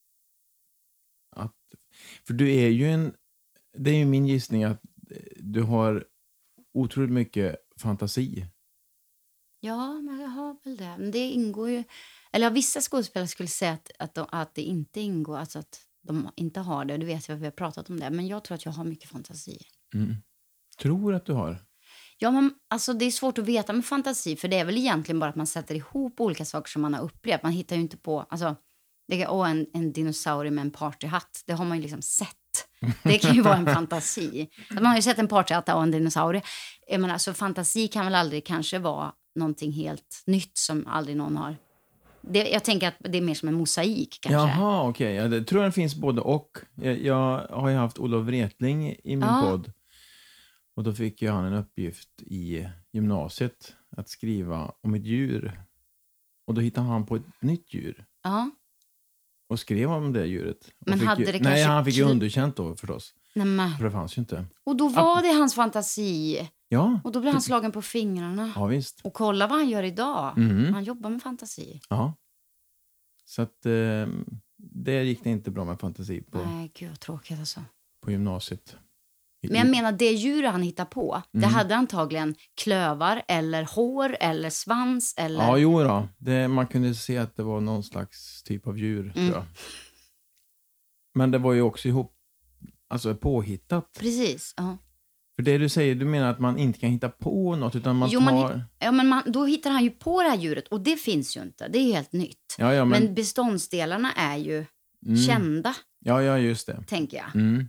Att, för du är ju en... Det är ju min gissning att du har otroligt mycket fantasi. Ja, men jag har väl det. Men det ingår ju... Eller vissa skådespelare skulle säga att, att, de, att det inte ingår. Alltså att de inte har det. Du vet ju att vi har pratat om det. Men jag tror att jag har mycket fantasi. Mm. Tror att du har? Ja, men alltså det är svårt att veta med fantasi. För det är väl egentligen bara att man sätter ihop olika saker som man har upplevt. Man hittar ju inte på... Alltså, det är, åh, en, en dinosaurie med en partyhatt. Det har man ju liksom sett. Det kan ju vara en fantasi. Man har ju sett en partyhatt och en dinosaurie. Jag menar, så fantasi kan väl aldrig kanske vara någonting helt nytt som aldrig någon har. Det, jag tänker att det är mer som en mosaik kanske. Jaha, okej. Okay. Jag tror det finns både och. Jag, jag har ju haft Olof Wretling i min ja. podd. Och då fick jag han en uppgift i gymnasiet att skriva om ett djur. Och då hittade han på ett nytt djur. Ja. Och skrev om det djuret. Och men hade ju, det nej, kanske... han fick ju underkänt då förstås. Nej, för det fanns ju inte. Och då var det hans fantasi. Ja. Och då blev han slagen på fingrarna. Ja, visst. Och kolla vad han gör idag. Mm. Han jobbar med fantasi. Ja. Så att eh, det gick det inte bra med fantasi på. Nej, gud vad tråkigt alltså. På gymnasiet. Men jag menar, det djur han hittar på, mm. det hade antagligen klövar eller hår eller svans eller... Ja, jo då. Det, man kunde se att det var någon slags typ av djur, mm. tror jag. Men det var ju också ihop, alltså påhittat. Precis, ja. För det du säger, du menar att man inte kan hitta på något utan man jo, tar... Man, ja, men man, då hittar han ju på det här djuret och det finns ju inte. Det är helt nytt. Ja, ja, men... men beståndsdelarna är ju mm. kända. Ja, ja, just det. Tänker jag. Mm.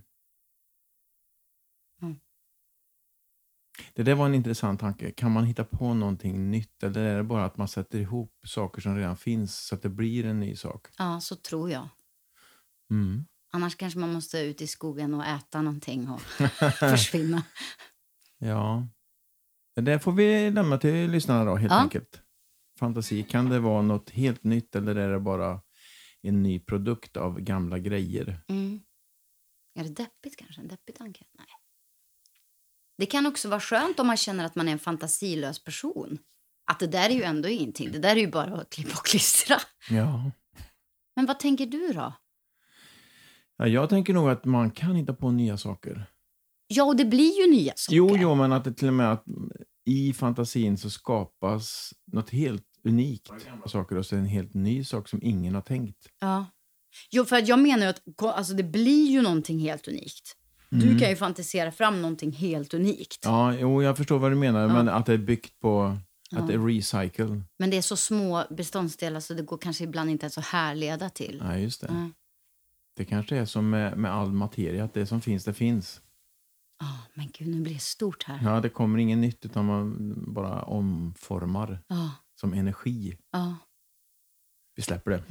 Mm. Det där var en intressant tanke. Kan man hitta på någonting nytt eller är det bara att man sätter ihop saker som redan finns så att det blir en ny sak? Ja, så tror jag. Mm. Annars kanske man måste ut i skogen och äta någonting och försvinna. Ja. Det där får vi lämna till lyssnarna då, helt ja. enkelt. Fantasi, kan det vara något helt nytt eller är det bara en ny produkt av gamla grejer? Mm. Är det deppigt kanske? En deppig tanke? Nej. Det kan också vara skönt om man känner att man är en fantasilös person. Att det där är ju ändå ingenting. Det där är ju bara att klippa och klistra. Ja. Men vad tänker du då? Ja, jag tänker nog att man kan hitta på nya saker. Ja, och det blir ju nya saker. Jo, jo, men att det till och med att i fantasin så skapas något helt unikt. Saker och så är en helt ny sak som ingen har tänkt. Ja. Jo, för att jag menar ju att alltså, det blir ju någonting helt unikt. Du Mm. kan ju fantisera fram någonting helt unikt. Ja, jo, jag förstår vad du menar, Ja. men att det är byggt på Ja. att det är recycle. Men det är så små beståndsdelar så det går kanske ibland inte ens att härleda till. Nej, just det. Mm. Det kanske är som med, med all materia, att det som finns, det finns. Ja, oh, men gud, nu blir det stort här. Ja, det kommer ingen nytt utan man bara omformar Ja, som energi. ja. Vi släpper det.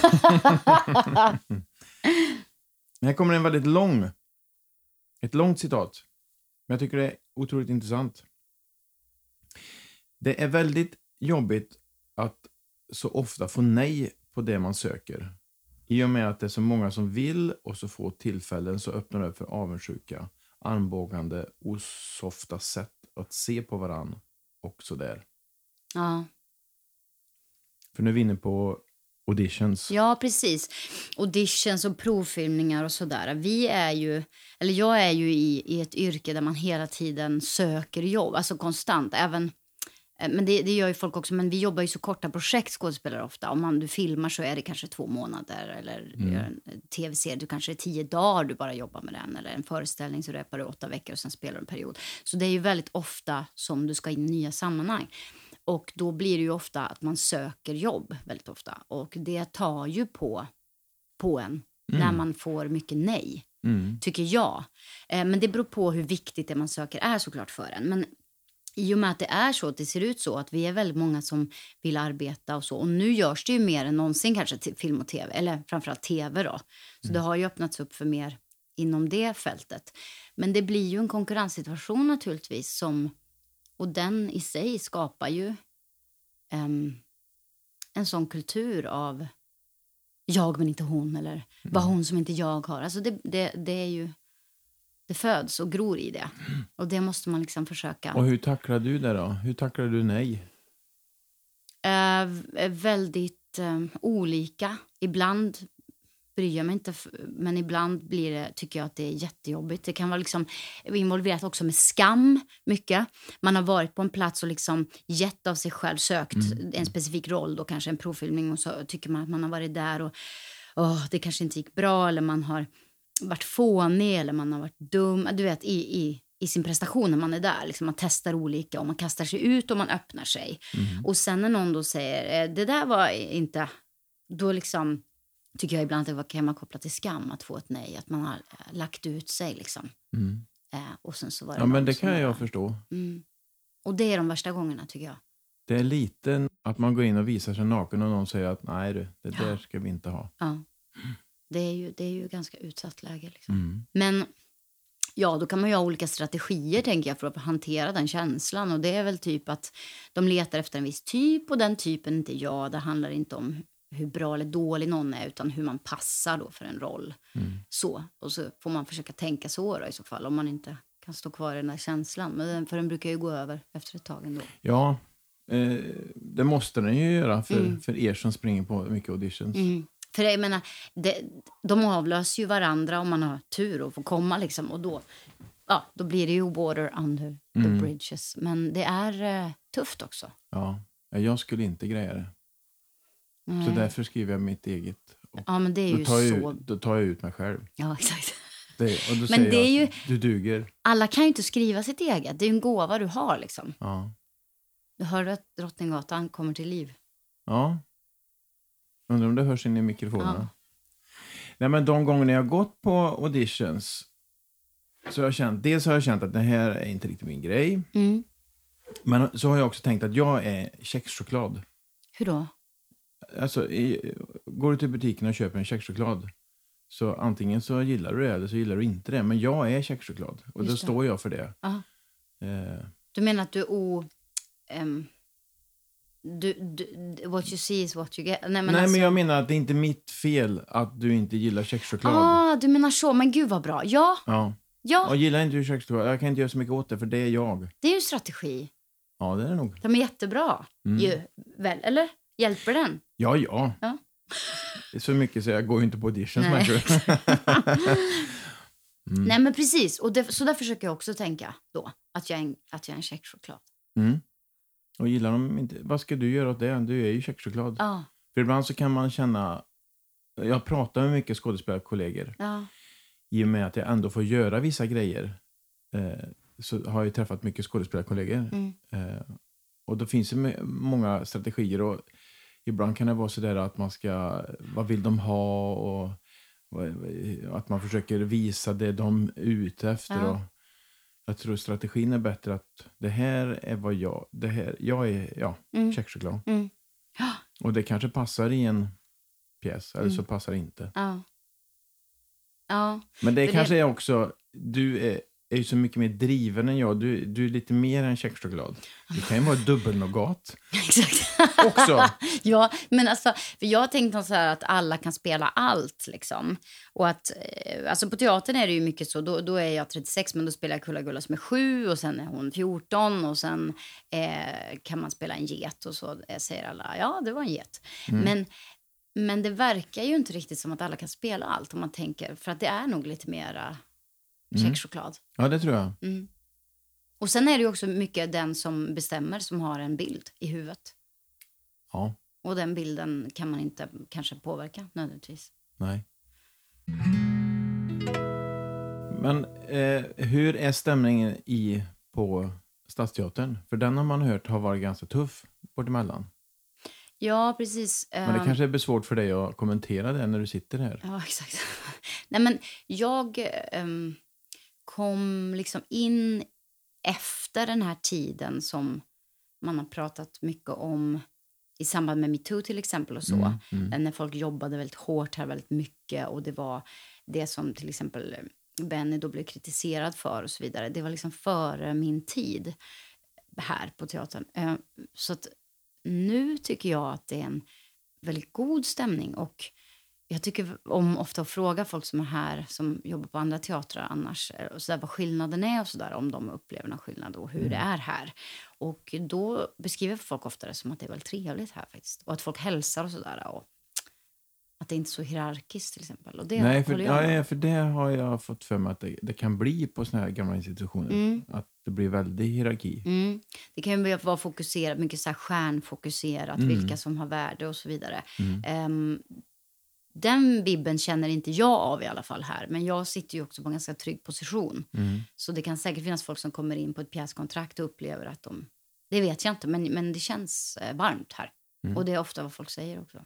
Här kommer en väldigt lång, ett långt citat. Men jag tycker det är otroligt intressant. Det är väldigt jobbigt att så ofta få nej på det man söker. I och med att det är så många som vill och så få tillfällen så öppnar det för avundsjuka, armbågande, osofta sätt att se på varann och så där. Ja. För nu är vi inne på auditions. Ja, precis. Auditions och provfilmningar och sådär. Vi är ju, eller jag är ju i, i ett yrke där man hela tiden söker jobb, alltså konstant. Även, men det, det gör ju folk också, men vi jobbar ju så korta projekt, skådespelare ofta. Om man, du filmar så är det kanske två månader, eller Mm. gör en tv-serie, du kanske är tio dagar du bara jobbar med den, eller en föreställning så repar du åtta veckor och sen spelar du en period. Så det är ju väldigt ofta som du ska in i nya sammanhang. Och då blir det ju ofta att man söker jobb väldigt ofta. Och det tar ju på, på en Mm. när man får mycket nej, Mm. tycker jag. Eh, men det beror på hur viktigt det man söker är såklart för en. Men i och med att det är så, att det ser ut så att vi är väldigt många som vill arbeta och så. Och nu görs det ju mer än någonsin kanske till film och tv, eller framförallt tv då. Så mm. det har ju öppnats upp för mer inom det fältet. Men det blir ju en konkurrenssituation naturligtvis som... Och den i sig skapar ju um, en sån kultur av jag men inte hon, eller mm. vad hon som inte jag har. Alltså det, det, det är ju, det föds och gror i det. Mm. Och det måste man liksom försöka. Och hur tacklar du det då? Hur tacklar du nej? Uh, väldigt um, olika. Ibland bryr jag mig inte, men ibland blir det, tycker jag att det är jättejobbigt. Det kan vara liksom involverat också med skam mycket. Man har varit på en plats och liksom gett av sig själv, sökt mm. en specifik roll då, kanske en provfilmning, och så tycker man att man har varit där och åh, det kanske inte gick bra, eller man har varit fånig, eller man har varit dum, du vet, i, i, i sin prestation när man är där. Liksom man testar olika och man kastar sig ut och man öppnar sig. Mm. Och sen när någon då säger, det där var inte, då liksom tycker jag ibland att det var hemmakopplat till skam att få ett nej. Att man har lagt ut sig liksom. Mm. Eh, och sen så var det ja, men det kan jag var... förstå. Mm. Och det är de värsta gångerna tycker jag. Det är lite att man går in och visar sig naken och någon säger att nej du, det ja. där ska vi inte ha. Ja. Det är ju, det är ju ganska utsatt läge liksom. Mm. Men ja, då kan man ju ha olika strategier tänker jag för att hantera den känslan. Och det är väl typ att de letar efter en viss typ och den typen inte jag. Det handlar inte om hur bra eller dålig någon är, utan hur man passar då för en roll. Mm. Så. Och så får man försöka tänka så då, i så fall, om man inte kan stå kvar i den där känslan. Men för den brukar ju gå över efter ett tag ändå. Ja, eh, det måste den ju göra för, mm. för er som springer på mycket auditions. Mm. För jag menar, det, de avlöser ju varandra om man har tur och får komma liksom. Och då, ja, då blir det ju water under mm. the bridges. Men det är eh, tufft också. Ja, jag skulle inte greja det. Mm. Så därför skriver jag mitt eget. Och ja, men det är ju då tar jag så... Ut, då tar jag ut mig själv. Ja, exakt. Det, och då men säger det är jag ju... att du duger. Alla kan ju inte skriva sitt eget. Det är ju en gåva du har liksom. Ja. Du hör att Drottninggatan kommer till liv. Ja. Undrar om det hörs in i mikrofonerna. Ja. Nej, men de gånger jag har gått på auditions så har jag känt, dels har jag känt att det här är inte riktigt min grej. Mm. Men så har jag också tänkt att jag är kexchoklad. Hur då? Alltså, i, går du till butiken och köper en kexchoklad så antingen så gillar du det eller så gillar du inte det. Men jag är kexchoklad och Just då det. står jag för det. Eh. Du menar att du är o... Um, du, du, what you see is what you get. Nej, men, Nej alltså... men jag menar att det är inte mitt fel att du inte gillar kexchoklad. Ah, du menar så. Men gud vad bra. Ja. Ja. Ja. Och gillar inte du kexchoklad, jag kan inte göra så mycket åt det för det är jag. Det är ju en strategi. Ja, det är det nog. De är jättebra. Mm. Ju, väl, eller? Hjälper den? Ja, ja. ja. Det är så mycket så jag går ju inte på auditions. Mm. Nej, men precis. Och det, så där försöker jag också tänka då. Att jag är en, att jag är en checkchoklad. Mm. Och gillar de inte... Vad ska du göra åt det? Du är ju checkchoklad. Ja. För ibland så kan man känna... Jag pratar med mycket skådespelarkollegor. Ja. I och med att jag ändå får göra vissa grejer. Eh, så har jag träffat mycket skådespelarkollegor. Mm. Eh, och då finns det många strategier. Och ibland kan det vara så där att man ska... Vad vill de ha? Och... att man försöker visa det de är ute efter. Ja. Och jag tror strategin är bättre att det här är vad jag... Det här, jag är ja, mm. checkchoklad. Mm. Ja. Och det kanske passar i en pjäs. Eller mm. så passar det inte. Ja. Ja. Men det För kanske det... är också... Du är, är ju så mycket mer driven än jag. Du, du är lite mer än checkchoklad. Du kan ju vara dubbelnogat. Exakt. Också. Ja, men alltså, för jag tänkte så här att alla kan spela allt liksom. Och att, alltså på teatern är det ju mycket så, då, då är jag trettiosex men då spelar jag Kulla-Gulla som är sju och sen är hon fjorton och sen eh, kan man spela en get och så säger alla, ja det var en get. Mm. Men, men det verkar ju inte riktigt som att alla kan spela allt om man tänker, för att det är nog lite mera checkchoklad. Mm. Ja, det tror jag. Mm. Och sen är det ju också mycket den som bestämmer som har en bild i huvudet. Ja. Och den bilden kan man inte kanske påverka nödvändigtvis. Nej. Men eh, hur är stämningen i på Stadsteatern? För den har man hört har varit ganska tuff bort emellan. Ja, precis. Men det kanske är svårt för dig att kommentera det när du sitter här. Ja, exakt. Nej, men jag um, kom liksom in efter den här tiden som man har pratat mycket om i samband med MeToo till exempel och så. Mm, mm. När folk jobbade väldigt hårt här väldigt mycket och det var det som till exempel Benny då blev kritiserad för och så vidare. Det var liksom före min tid här på teatern. Uh, så att nu tycker jag att det är en väldigt god stämning och jag tycker om ofta att fråga folk som är här som jobbar på andra teatrar annars och så där, vad skillnaden är och så där, om de upplever någon skillnad och hur mm. det är här. Och då beskriver folk ofta det som att det är väldigt trevligt här faktiskt och att folk hälsar och så där och att det inte är så hierarkiskt till exempel. Och det Nej, för, ja, för det har jag fått för mig att det, det kan bli på såna här gamla institutioner. Mm. Att det blir väldigt hierarki. Mm. Det kan ju vara fokuserat, mycket så här stjärnfokuserat, mm. vilka som har värde och så vidare. Mm. Um, den bibben känner inte jag av i alla fall här. Men jag sitter ju också på en ganska trygg position. Mm. Så det kan säkert finnas folk som kommer in på ett pjäskontrakt och upplever att de... Det vet jag inte, men, men det känns varmt här. Mm. Och det är ofta vad folk säger också.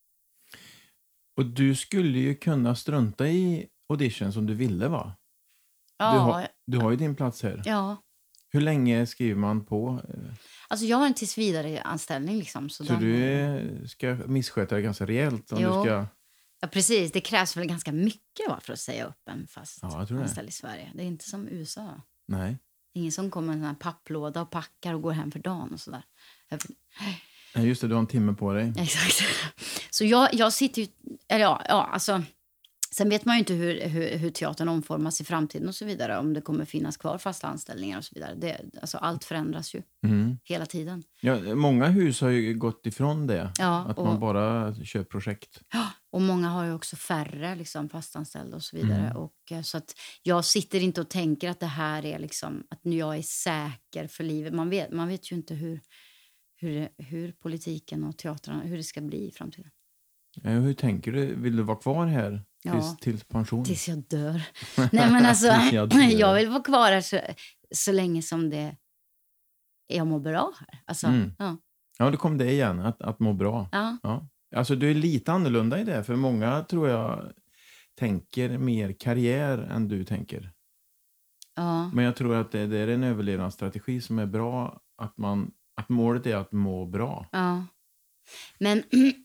Och du skulle ju kunna strunta i audition som du ville, va? Ja. Du har, du har ju din plats här. Ja. Hur länge skriver man på? Alltså jag har en tills vidare anställning liksom. Så, så den... du ska missköta det ganska rejält? Om jo. Du ska... Ja, precis. Det krävs väl ganska mycket va, för att säga upp en fast ja, anställd i Sverige. Det är inte som U S A. Nej. Ingen som kommer med en sån här papplåda och packar och går hem för dagen och sådär. Ja, just det, du har en timme på dig. Exakt. Så jag, jag sitter ju... Eller ja, ja, alltså... Sen vet man ju inte hur, hur, hur teatern omformas i framtiden och så vidare. Om det kommer finnas kvar fasta anställningar och så vidare. Det, alltså allt förändras ju mm. hela tiden. Ja, många hus har ju gått ifrån det. Ja, att och, man bara kör projekt. Ja, och många har ju också färre liksom, fastanställda och så vidare. Mm. Och, så att jag sitter inte och tänker att det här är liksom... Att jag är säker för livet. Man vet, man vet ju inte hur, hur, hur politiken och teatrarna... Hur det ska bli i framtiden. Ja, hur tänker du? Vill du vara kvar här? Tills, ja, tills pension. Tills jag dör. Nej, men alltså, jag, jag vill vara kvar här så, så länge som det jag mår bra här. Alltså, mm. ja. Ja, det kom det igen, att, att må bra. Ja. Ja. Alltså, du är lite annorlunda i det. För många, tror jag, tänker mer karriär än du tänker. Ja. Men jag tror att det, det är en överlevnadsstrategi som är bra. Att, man, att målet är att må bra. Ja. Men,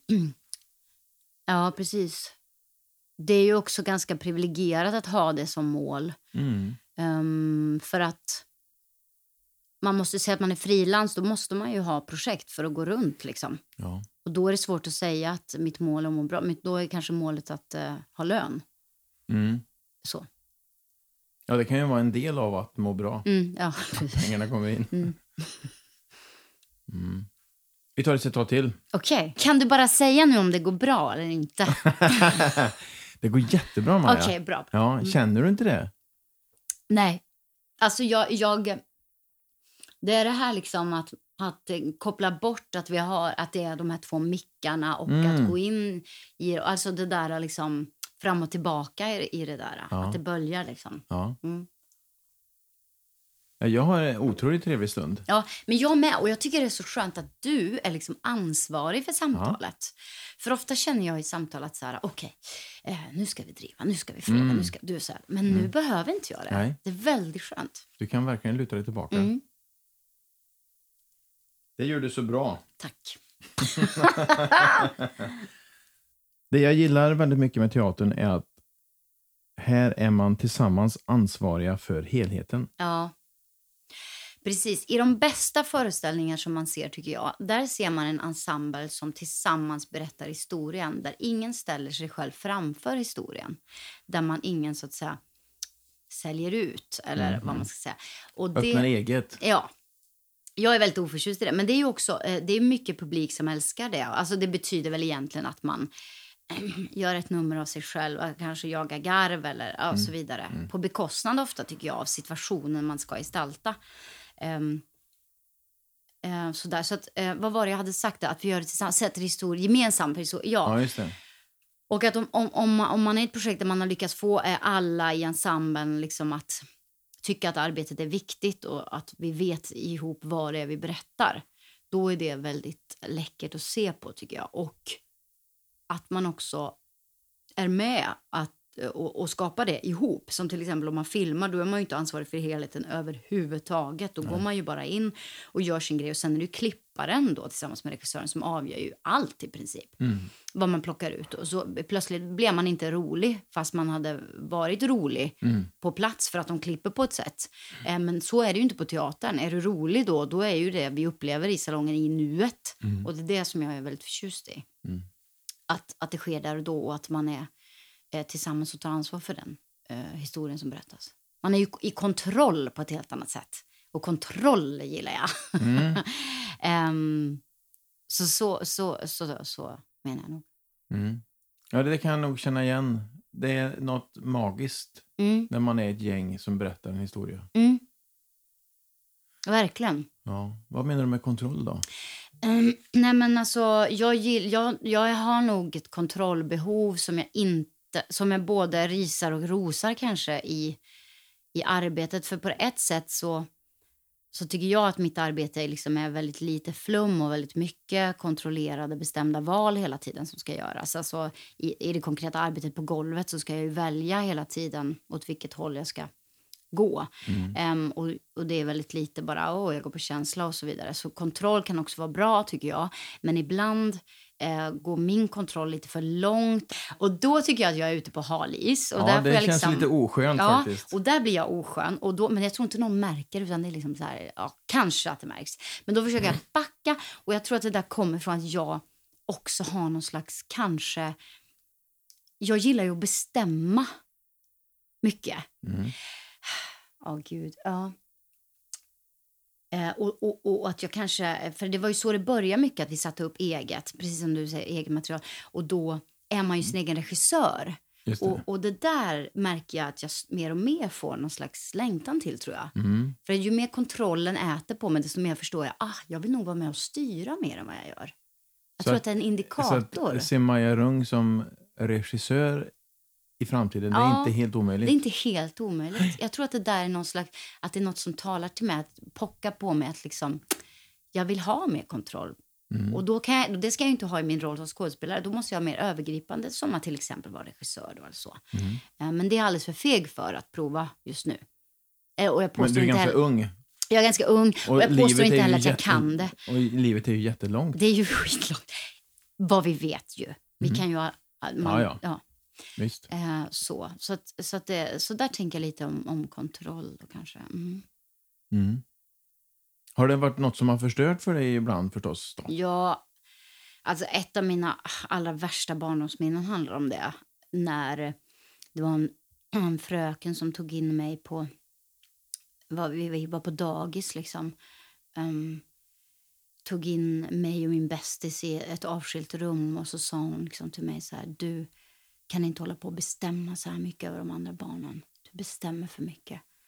ja, precis. Det är ju också ganska privilegierat att ha det som mål. Mm. Um, för att man måste säga att man är frilans, då måste man ju ha projekt för att gå runt liksom. Ja. Och då är det svårt att säga att mitt mål är att må bra. Men då är kanske målet att uh, ha lön. Mm. Så. Ja, det kan ju vara en del av att må bra. Mm, ja. Att pengarna kommer in. Mm. Mm. Vi tar ett citat till. Okej. Okay. Kan du bara säga nu om det går bra eller inte? Det går jättebra, Maja. Okej, okay, bra. Ja, känner du inte det? Nej, alltså jag, jag... Det är det här liksom att, att koppla bort att vi har att det är de här två mickarna och Mm. att gå in i alltså det där liksom fram och tillbaka i, i det där. Ja. Att det böljar liksom. Ja. Mm. Jag har en otroligt trevlig stund. Ja, men jag med. Och jag tycker det är så skönt att du är liksom ansvarig för samtalet. Ja. För ofta känner jag i samtalet så här, okej, okay, eh, nu ska vi driva, nu ska vi fråga, mm. nu ska du så här. Men mm. nu behöver inte jag det. Nej. Det är väldigt skönt. Du kan verkligen luta dig tillbaka. Mm. Det gör du så bra. Tack. Det jag gillar väldigt mycket med teatern är att här är man tillsammans ansvariga för helheten. Ja. Precis. I de bästa föreställningar som man ser tycker jag, där ser man en ensemble som tillsammans berättar historien. Där ingen ställer sig själv framför historien. Där man ingen så att säga säljer ut eller mm. vad man ska säga. Och det, öppnar eget. Ja. Jag är väldigt oförtjust i det. Men det är ju också, det är mycket publik som älskar det. Alltså det betyder väl egentligen att man gör ett nummer av sig själv, kanske jagar garv eller ja, och så vidare. Mm. På bekostnad ofta tycker jag av situationen man ska gestalta. Um, uh, så där, så att, uh, vad var det jag hade sagt? Att vi gör det tillsammans, sätter historia, gemensam historia. Ja, ja just det. Och att om, om, om, man, om man är i ett projekt där man har lyckats få uh, alla i ensemblen liksom att tycka att arbetet är viktigt och att vi vet ihop vad det är vi berättar, då är det väldigt läckert att se på tycker jag. Och att man också är med att Och, och skapa det ihop. Som till exempel om man filmar, då är man ju inte ansvarig för helheten överhuvudtaget. Då Nej. Går man ju bara in och gör sin grej. Och sen är det ju klipparen då tillsammans med regissören som avgör ju allt i princip. Mm. Vad man plockar ut. Och så plötsligt blev man inte rolig fast man hade varit rolig mm. på plats för att de klipper på ett sätt. Eh, men så är det ju inte på teatern. Är du rolig då, då är ju det vi upplever i salongen i nuet. Mm. Och det är det som jag är väldigt förtjust i. Mm. Att, att det sker där och då och att man är tillsammans och tar ansvar för den eh, historien som berättas. Man är ju i kontroll på ett helt annat sätt. Och kontroll gillar jag. Mm. um, så, så, så, så, så menar jag nog. Mm. Ja, det kan jag nog känna igen. Det är något magiskt mm. när man är ett gäng som berättar en historia. Mm. Verkligen. Ja. Vad menar du med kontroll då? Um, nej men alltså, jag, gill, jag, jag har nog ett kontrollbehov som jag inte som jag både risar och rosar kanske i, i arbetet. För på ett sätt så, så tycker jag att mitt arbete liksom är väldigt lite flum och väldigt mycket kontrollerade, bestämda val hela tiden som ska göras. Alltså i, i det konkreta arbetet på golvet så ska jag ju välja hela tiden åt vilket håll jag ska gå. Mm. Um, och, och det är väldigt lite bara, åh, jag går på känsla och så vidare. Så kontroll kan också vara bra tycker jag. Men ibland eh, går min kontroll lite för långt. Och då tycker jag att jag är ute på halis. Och ja, där det jag känns liksom, lite oskönt ja, faktiskt. Och där blir jag oskön. Och då, men jag tror inte någon märker utan det är liksom så här, ja, kanske att det märks. Men då försöker jag backa. Och jag tror att det där kommer från att jag också har någon slags, kanske, jag gillar ju att bestämma mycket. Mm. Ja, oh, gud. Ja. Eh, och, och, och att jag kanske... För det var ju så det började mycket, att vi satte upp eget. Precis som du säger, eget material. Och då är man ju sin egen regissör. Just det. Och, och det där märker jag att jag mer och mer får någon slags längtan till, tror jag. Mm. För ju mer kontrollen äter på mig, desto mer förstår jag. Ah, jag vill nog vara med och styra mer än vad jag gör. Jag så tror att, att det är en indikator. Så att se Maja Rung som regissör i framtiden, ja, det är inte helt omöjligt. Det är inte helt omöjligt. Jag tror att det där är någon slags, att det är något som talar till mig, att pocka på mig att liksom, jag vill ha mer kontroll. Mm. Och då kan jag, det ska jag inte ha i min roll som skådespelare. Då måste jag ha mer övergripande, som att till exempel vara regissör eller så. Mm. Men det är alldeles för feg för att prova just nu. Och jag Men du är ganska heller, ung. Jag är ganska ung och, och jag påstår inte heller att jag jätte, kan det. Och livet är ju jättelångt. Det är ju skitlångt. Vad vi vet ju. Vi mm. kan ju ha... Man, ja, ja. ja. Visst. Eh, så så, att, så, att det, så där tänker jag lite om, om kontroll då, kanske. Mm. Mm. Har det varit något som har förstört för dig ibland förstås? Då? Ja, alltså ett av mina allra värsta barndomsminnen handlar om det. När det var en, en fröken som tog in mig på, var, vi var på dagis liksom. Um, tog in mig och min bästis i ett avskilt rum och så sa hon liksom till mig så här: du kan inte hålla på och bestämma så här mycket över de andra barnen. Du bestämmer för mycket.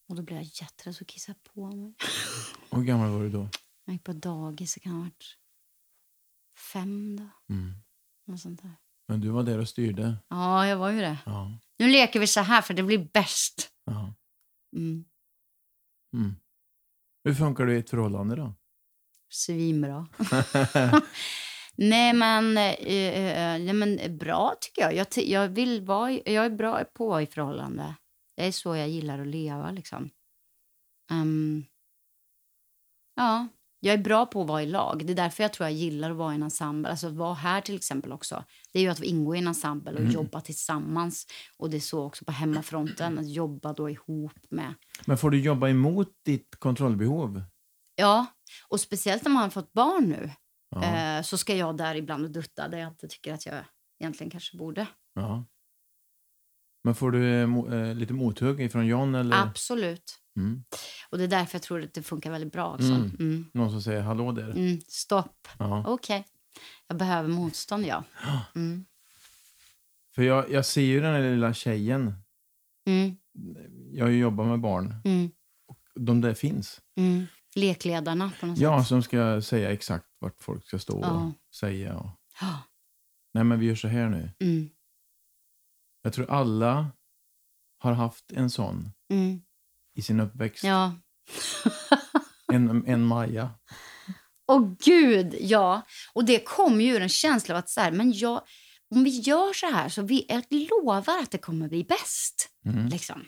Och då blev jag jätterädd så kissade på mig. Hur gammal var du då? Jag gick på dagis, det kan ha varit fem då. Mm. Något sånt där. Men du var där och styrde. Ja, jag var ju det. Ja. Nu leker vi så här för det blir bäst. Ja. Mm. Mm. Hur funkar det i ett förhållande då? Svinbra. Nej men, eh, nej men bra tycker jag. Jag, ty- jag, vill vara, jag är bra på att vara i förhållande. Det är så jag gillar att leva liksom. Um, ja, jag är bra på att vara i lag. Det är därför jag tror jag gillar att vara i en ensemble. Alltså att vara här till exempel också. Det är ju att ingå i en ensemble och mm. jobba tillsammans. Och det är så också på hemmafronten. Att jobba då ihop med. Men får du jobba emot ditt kontrollbehov? Ja, och speciellt när man har fått barn nu. Ja. Eh, så ska jag där ibland och dutta. Där jag inte tycker att jag egentligen kanske borde. Ja. Men får du eh, lite mothugg ifrån John? Eller? Absolut. Mm. Och det är därför jag tror att det funkar väldigt bra också. Mm. Mm. Någon som säger hallå där. Mm. Stopp. Ja. Okej. Okay. Jag behöver motstånd, ja. Mm. För jag, jag ser ju den här lilla tjejen. Mm. Jag har ju jobbat med barn. Mm. Och de där finns. Mm. Lekledarna på något Ja, sätt. som ska säga exakt vart folk ska stå ja. och säga. Och... Ja. Nej, men vi gör så här nu. Mm. Jag tror alla har haft en sån mm. i sin uppväxt. Ja. en, en Maja. Åh gud, ja. Och det kom ju ur en känsla av att så här, men jag, om vi gör så här så vi, jag lovar att det kommer bli bäst. Mm. Liksom.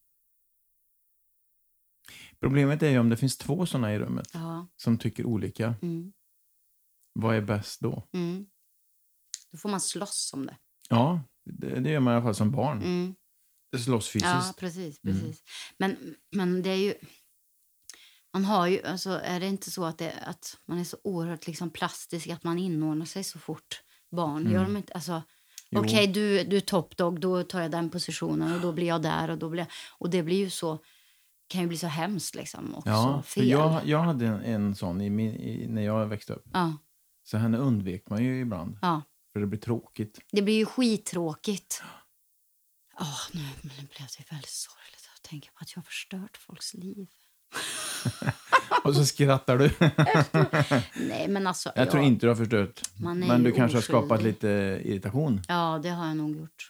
Problemet är ju om det finns två såna i rummet ja. som tycker olika. Mm. Vad är bäst då? Mm. Då får man slåss om det. Ja, det, det gör man i alla fall som barn. Mm. Det slåss fysiskt. Ja, precis. precis. Mm. Men, men det är ju... Man har ju... Alltså, är det inte så att, det, att man är så oerhört liksom plastisk att man inordnar sig så fort barn? Mm. Gör de inte... Alltså, okej, okay, du, du är toppdog, då tar jag den positionen och då blir jag där och då blir jag, och det blir ju så... kan ju bli så hemskt liksom också. Ja, fel. för jag, jag hade en, en sån i min, i, när jag växte upp. Ja. Så henne undvek man ju ibland. Ja. För det blir tråkigt. Det blir ju skittråkigt. Ja, oh, nu men det blev det väldigt sorgligt att tänka på att jag har förstört folks liv. Och så skrattar du. Nej, men alltså... Jag ja, tror inte du har förstört. Men du kanske oskyldig. har skapat lite irritation. Ja, det har jag nog gjort.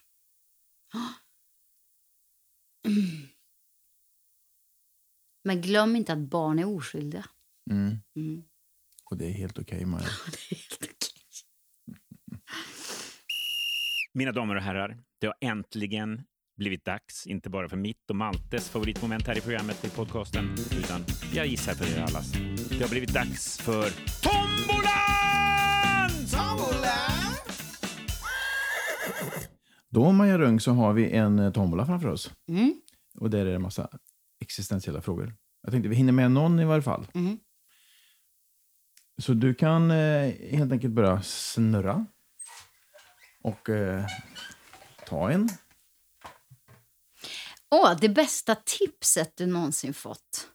Mm. Men glöm inte att barn är oskyldiga. Mm. Mm. Och det är helt okej, okay, Maja. Det är helt okej. Mina damer och herrar, det har äntligen blivit dags, inte bara för mitt och Maltes favoritmoment här i programmet i podcasten, utan jag gissar för er allas. Det har blivit dags för Tombolan! Tombolan! Då, Maja Rung, så har vi en tombola framför oss. Mm. Och där är det en massa existentiella frågor. Jag tänkte vi hinner med någon i varje fall. Mm. Så du kan eh, helt enkelt börja snurra. Och eh, ta en. Åh, oh, det bästa tipset du någonsin fått.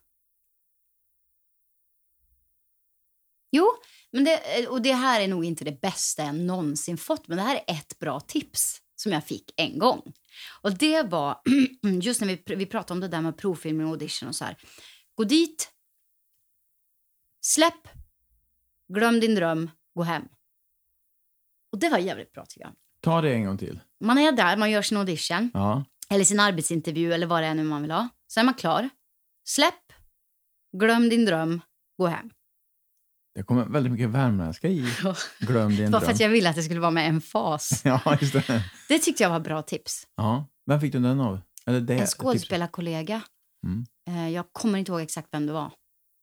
Jo, men det, och det här är nog inte det bästa jag någonsin fått. Men det här är ett bra tips som jag fick en gång. Och det var, just när vi, vi pratade om det där med provfilmning och audition och så här. Gå dit, släpp, glöm din dröm, gå hem. Och det var jävligt bra tycker jag. Ta det en gång till. Man är där, man gör sin audition. Ja. Eller sin arbetsintervju eller vad det är nu man vill ha. Så är man klar. Släpp, glöm din dröm, gå hem. Det kommer väldigt mycket värmländska i. Glöm din dröm. Bara för att jag ville att det skulle vara med en fas. Ja, just det. Det tyckte jag var bra tips. Ja. Vem fick du den av? Eller det, en skådespelarkollega. Mm. Jag kommer inte ihåg exakt vem det var.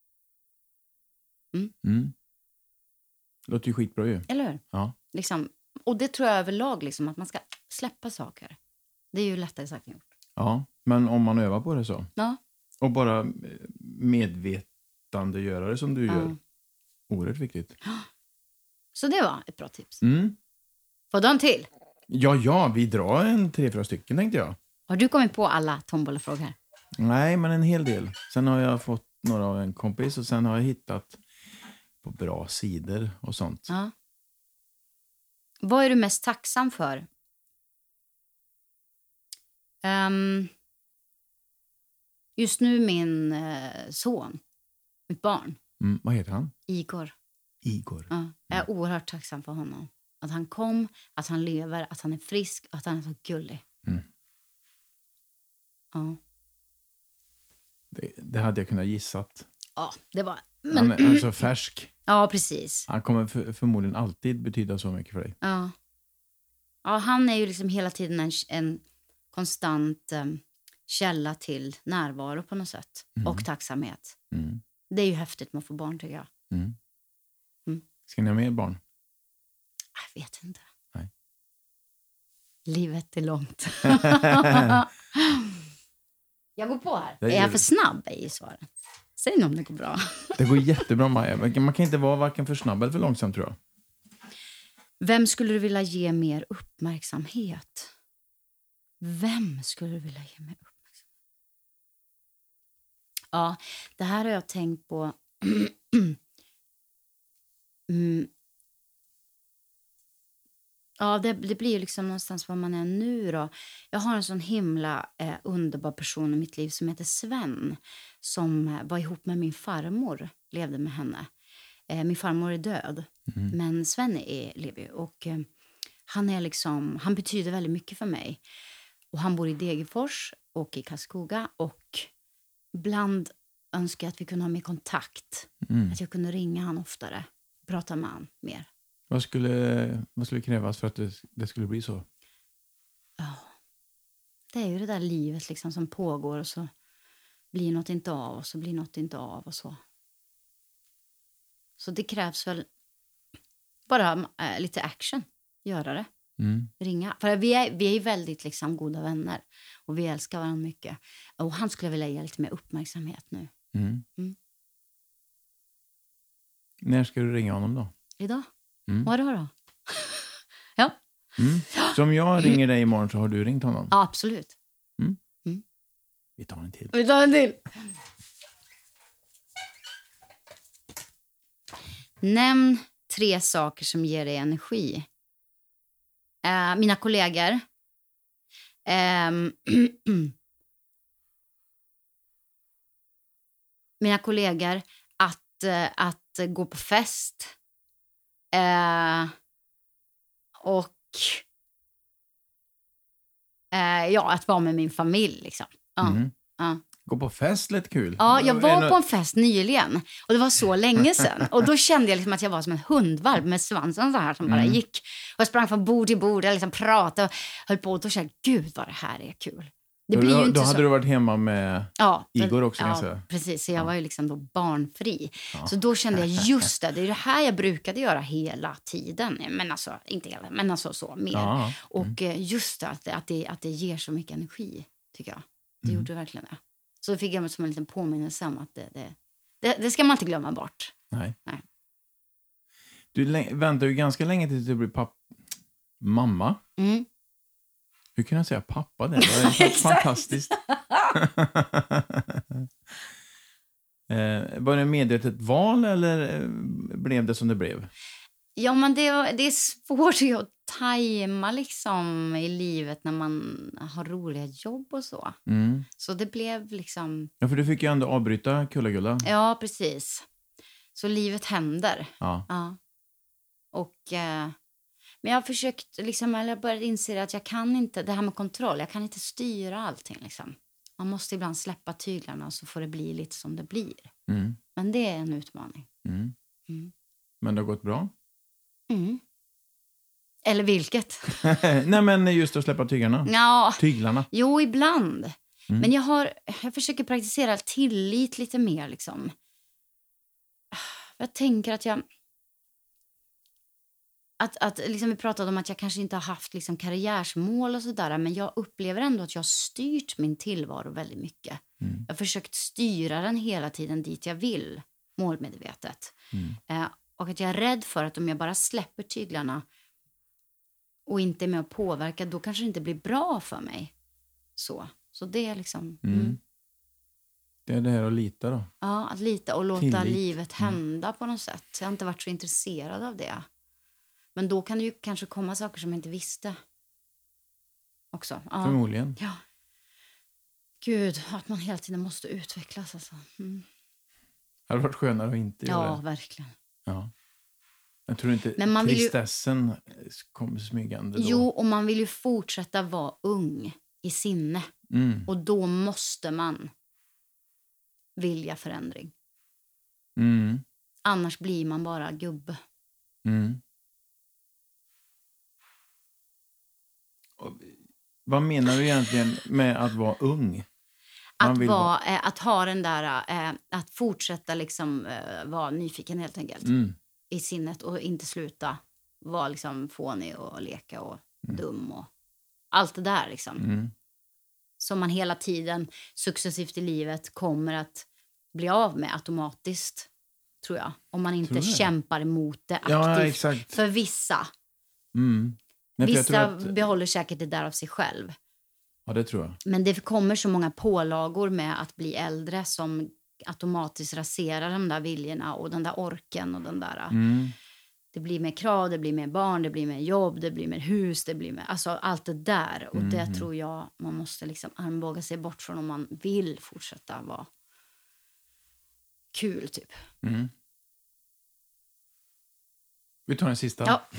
Mm. Mm. Låter ju skitbra ju. Eller hur? Ja. Liksom, och det tror jag överlag liksom, att man ska släppa saker. Det är ju lättare sagt än gjort. Ja, men om man övar på det så. Ja. Och bara medvetande göra det som du ja. gör. Oerhört viktigt. Så det var ett bra tips. Mm. Får du en till? Ja, ja, vi drar en tre, fyra stycken tänkte jag. Har du kommit på alla tombolafrågor? Nej, men en hel del. Sen har jag fått några av en kompis och sen har jag hittat på bra sidor och sånt. Ja. Vad är du mest tacksam för? Um, Just nu min eh, son, mitt barn, Mm, vad heter han? Igor. Igor. Ja, jag är oerhört tacksam för honom. Att han kom, att han lever, att han är frisk, att han är så gullig. Mm. Ja. Det, det hade jag kunnat gissat. Ja, det var... Men... Han är alltså färsk. Ja, precis. Han kommer för, förmodligen alltid betyda så mycket för dig. Ja. Ja, han är ju liksom hela tiden en, en konstant um, källa till närvaro på något sätt. Mm. Och tacksamhet. Mm. Det är ju häftigt med att få barn, tycker jag. Mm. Mm. Ska ni ha mer barn? Jag vet inte. Nej. Livet är långt. Jag går på här. Det är gör jag du. för snabb i svaret? Säg nu om det går bra. Det går jättebra, Maja. Man kan inte vara varken för snabb eller för långsam, tror jag. Vem skulle du vilja ge mer uppmärksamhet? Vem skulle du vilja ge mer uppmärksamhet? Ja, det här har jag tänkt på. mm. Ja, det, det blir ju liksom någonstans var man är nu då. Jag har en sån himla eh, underbar person i mitt liv som heter Sven. Som eh, var ihop med min farmor, levde med henne. Eh, min farmor är död, Mm. men Sven är, lever ju. Och eh, han är liksom, han betyder väldigt mycket för mig. Och han bor i Degerfors och i Karlskoga. Och ibland önskar jag att vi kunde ha mer kontakt. Mm. Att jag kunde ringa han oftare. Prata med han mer. Vad skulle, vad skulle krävas för att det, det skulle bli så? Ja, det är ju det där livet liksom som pågår och så blir något inte av och så blir något inte av och så. Så det krävs väl bara äh, lite action, göra det, Mm. ringa. För vi är, vi är väldigt liksom goda vänner och vi älskar varandra mycket. Och han skulle vilja ge lite mer uppmärksamhet nu. Mm. Mm. När ska du ringa honom då? Idag? Mm. Vad då då? Ja. Mm. Så om jag ringer dig imorgon så har du ringt honom? Ja, absolut. Vi tar en till. Vi tar en till. Nämn tre saker som ger dig energi. Eh, mina kollegor. Ehm, mina kollegor. Att, eh, att gå på fest. Eh, och eh, ja, att vara med min familj liksom. Ja. Mm. Ja. Gå på fest, lite kul. Ja, jag var En- på en fest nyligen och det var så länge sedan. Och då kände jag liksom att jag var som en hundvalp med svansen så här som bara Mm. gick. Och jag sprang från bord till bord och liksom pratade och höll på. Och då kände jag, gud vad det här är kul. Det då, blir ju då, inte då så. hade du varit hemma med... Ja, för- Igor också, kan jag ja, säga. precis. Så jag Ja. var ju liksom då barnfri. Ja. Så då kände jag just det, det är det här jag brukade göra hela tiden. Men alltså, inte hela, men alltså så, mer. Ja. Och eh, just det, att, det, att, det, att det ger så mycket energi, tycker jag. Det Mm. gjorde verkligen det. Så då fick jag som en liten påminnelse om att det, det, det, det ska man inte glömma bort. Nej. Nej. Du lä- väntar ju ganska länge tills du blir papp... mamma. Mm. Hur kan jag säga pappa? Det var helt fantastiskt. eh, var det medvetet val eller eh, blev det som det blev? Ja, men det, det är svårt att tajma liksom i livet när man har roliga jobb och så. Mm. Så det blev liksom... Ja, för du fick ju ändå avbryta Kulla-Gulla. Ja, precis. Så livet händer. Ja. Ja. Och... Eh, men jag har försökt, liksom, eller jag började inse att jag kan inte, det här med kontroll, jag kan inte styra allting liksom. Man måste ibland släppa tyglarna och så får det bli lite som det blir. Mm. Men det är en utmaning. Mm. Mm. Men det har gått bra? Mm. Eller vilket? Nej, men just att släppa tyglarna. Ja, Tyglarna. jo, ibland. Mm. Men jag har, jag försöker praktisera tillit lite mer liksom. Jag tänker att jag... Att, att liksom vi pratade om att jag kanske inte har haft liksom karriärsmål och sådär. Men jag upplever ändå att jag har styrt min tillvaro väldigt mycket. Mm. Jag har försökt styra den hela tiden dit jag vill. Målmedvetet. Mm. Eh, och att jag är rädd för att om jag bara släpper tyglarna och inte är med och påverka, då kanske det inte blir bra för mig. Så, så det är liksom... Mm. Mm. Det är det här att lita då. Ja, att lita och låta Tillit. livet hända på något sätt. Så jag har inte varit så intresserad av det. Men då kan det ju kanske komma saker som jag inte visste. Också. Ja. Förmodligen. Ja. Gud, att man hela tiden måste utvecklas. Alltså. Mm. Det hade varit skönare att inte göra Ja, det. verkligen. Ja. Jag tror inte Men man vill ju- tristessen kommer smygande då. Jo, och man vill ju fortsätta vara ung i sinne. Mm. Och då måste man vilja förändring. Mm. Annars blir man bara gubbe. Mm. Och, vad menar du egentligen med att vara ung? Man Att, vill vara, eh, att ha den där, eh, att fortsätta liksom eh, vara nyfiken helt enkelt. Mm. I sinnet och inte sluta vara liksom fånig och leka och dum och allt det där liksom. Mm. Som man hela tiden successivt i livet kommer att bli av med automatiskt, tror jag. Om man inte Tror du det? kämpar emot det aktivt. Ja, exakt. För vissa. Mm. Nej, för jag Vissa tror att, behåller säkert det där av sig själv. ja, det tror jag. Men det kommer så många pålagor med att bli äldre som automatiskt raserar de där viljorna och den där orken och den där... Mm. Det blir mer krav, det blir mer barn, det blir mer jobb, det blir mer hus, det blir mer... Alltså allt det där. Och det tror jag man måste liksom armbåga sig bort från om man vill fortsätta vara kul, typ. Mm. Vi tar den sista. Ja.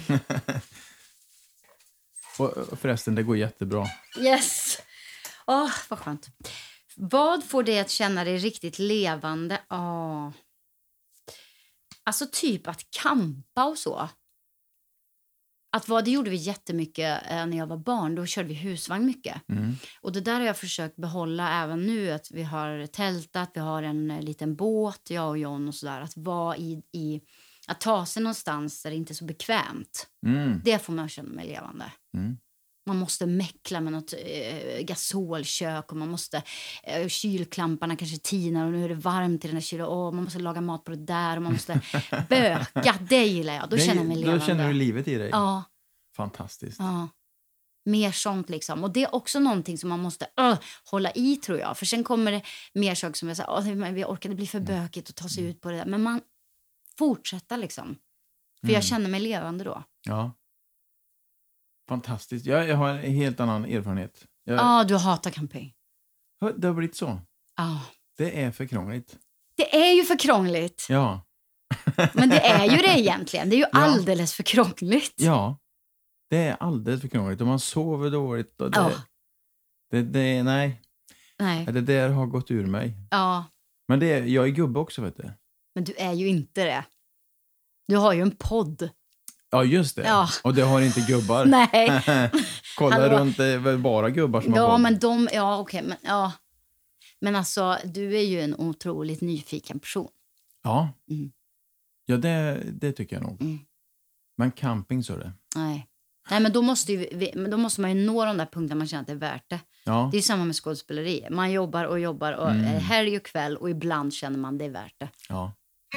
Och förresten, det går jättebra. Yes! Åh, vad skönt. Vad får dig att känna dig riktigt levande? Åh. Alltså typ att kampa och så. Att vad, det gjorde vi jättemycket eh, när jag var barn. Då körde vi husvagn mycket. Mm. Och det där har jag försökt behålla även nu. Att vi har tältat, vi har en eh, liten båt, jag och John och sådär. Att vara i, i... Att ta sig någonstans där det inte är så bekvämt. Mm. Det får man att känna mig levande. Mm. Man måste mäckla med något eh, gasolkök och man måste... Eh, kylklamparna kanske tinar och nu är det varmt i den där kylen. Åh, man måste laga mat på det där och man måste böka. Det gillar jag. Då Det- känner jag mig levande. Då känner du livet i dig. Ja, Fantastiskt. ja. Mer sånt liksom. Och det är också någonting som man måste uh, hålla i, tror jag. För sen kommer det mer saker som jag säger, oh, vi orkar, det blir för bökigt att ta sig ut på det där. Men man fortsätter liksom. För Mm. jag känner mig levande då. Ja. Fantastiskt. Jag, jag har en helt annan erfarenhet. Ja, Jag, ah, du hatar camping. Det har blivit så. Ja. Det är för krångligt. Det är ju för krångligt. Ja. Men det är ju det egentligen. Det är ju alldeles för krångligt. Ja. Det är alldeles för krångligt. Och man sover dåligt. Och det, Ja. det, det, nej. Nej. Det där har gått ur mig. Ja, Men det är, jag är gubbe också, vet du. men du är ju inte det. Du har ju en podd. Ja, just det. Ja. Och det har inte gubbar. Nej. Kolla Hallå. runt, det är väl bara gubbar som har Ja, podd. men de... Ja, okej. men, ja. men alltså, du är ju en otroligt nyfiken person. Ja. Mm. Ja, det, det tycker jag nog. Mm. Men camping, så är det. Nej. Nej, men då måste, ju, vi- men då måste man ju nå de där punkterna man känner att det är värt det. Ja. Det är ju samma med skådespeleri. Man jobbar och jobbar och Mm. mm. helg och kväll och ibland känner man det är värt det. Ja.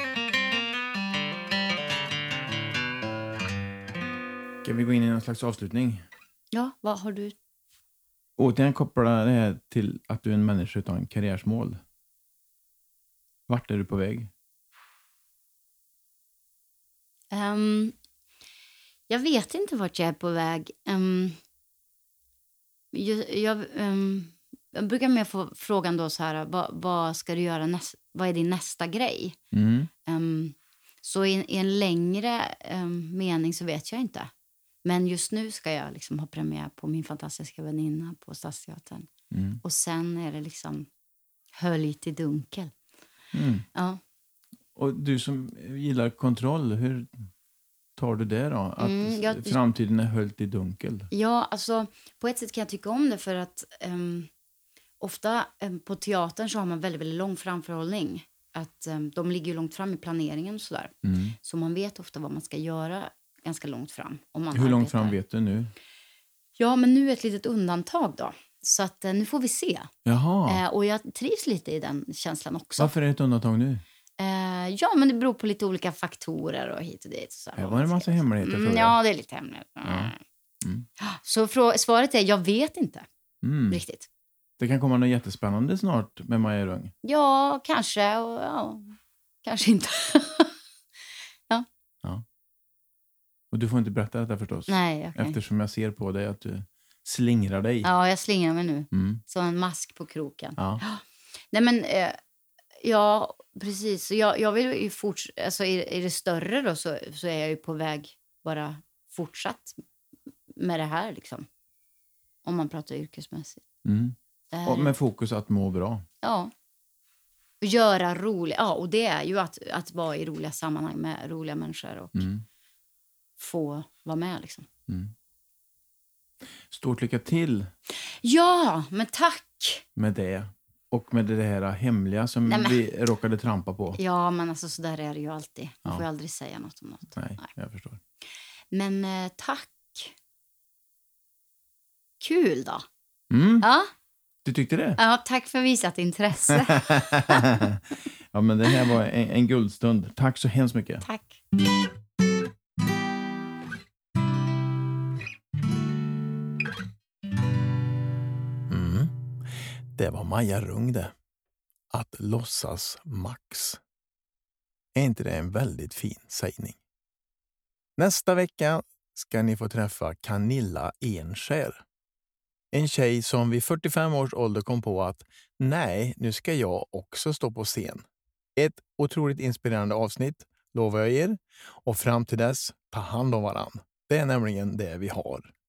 Ska vi gå in i någon slags avslutning? Ja, vad har du? Återigen koppla det här till att du är en människa utan karriärsmål. Vart är du på väg? Um, jag vet inte vart jag är på väg. Um, jag, jag, um, jag brukar mer få frågan då så här, vad, vad ska du göra näst, vad är din nästa grej? Mm. Um, så i, i en längre um, mening så vet jag inte. Men just nu ska jag liksom ha premiär på Min fantastiska väninna på Stadsteatern. Mm. Och sen är det liksom höljt i dunkel. Mm. Ja. Och du som gillar kontroll, hur tar du det då? Att Mm, jag- framtiden är höljt i dunkel? Ja, alltså på ett sätt kan jag tycka om det för att um, ofta um, på teatern så har man väldigt, väldigt lång framförhållning. Att um, de ligger ju långt fram i planeringen och sådär. Mm. Så man vet ofta vad man ska göra ganska långt fram. Om man Hur långt arbetar. fram vet du nu? Ja, men nu är ett litet undantag då. Så att uh, nu får vi se. Jaha, Uh, och jag trivs lite i den känslan också. varför är det ett undantag nu? Uh, ja, men det beror på lite olika faktorer och hit och dit. Och så här, Här vad var det en man massa ska- hemligheter för Mm, dig. ja, det är lite hemligt. Mm. Mm. Så frå- svaret är, jag vet inte Mm. riktigt. Det kan komma något jättespännande snart med Maja Rung. Ja, kanske. Och, ja, kanske inte. Och du får inte berätta detta förstås. Nej, okej. Eftersom jag ser på dig att du slingrar dig. Ja, jag slingrar mig nu. Mm. Som en mask på kroken. Ja. Nej, men... Eh, ja, precis. Så jag, jag vill ju fortsätta... Alltså, är, är det större då så, så är jag ju på väg bara fortsatt med det här, liksom. Om man pratar yrkesmässigt. Mm. Och med fokus att må bra. Ja. Göra roligt. Ja, och det är ju att, att vara i roliga sammanhang med roliga människor och Mm. få vara med, liksom. Mm. Stort lycka till. Ja, men tack. Med det. Och med det här hemliga som Nej, men... vi råkade trampa på. Ja, men alltså så där är det ju alltid. Man ja. får ju aldrig säga något om något. Nej, Nej. jag förstår. Men eh, tack. Kul då. Mm. Ja. Du tyckte det? Ja, tack för visat intresse. Ja, men det här var en, en guldstund. Tack så hemskt mycket. Tack. Mm. Det var Maja Rung det. Att låtsas max. Är inte det en väldigt fin sägning? Nästa vecka ska ni få träffa Camilla Enskär. En tjej som vid fyrtiofem års ålder kom på att nej, nu ska jag också stå på scen. Ett otroligt inspirerande avsnitt, lovar jag er. Och fram till dess, ta hand om varann. Det är nämligen det vi har.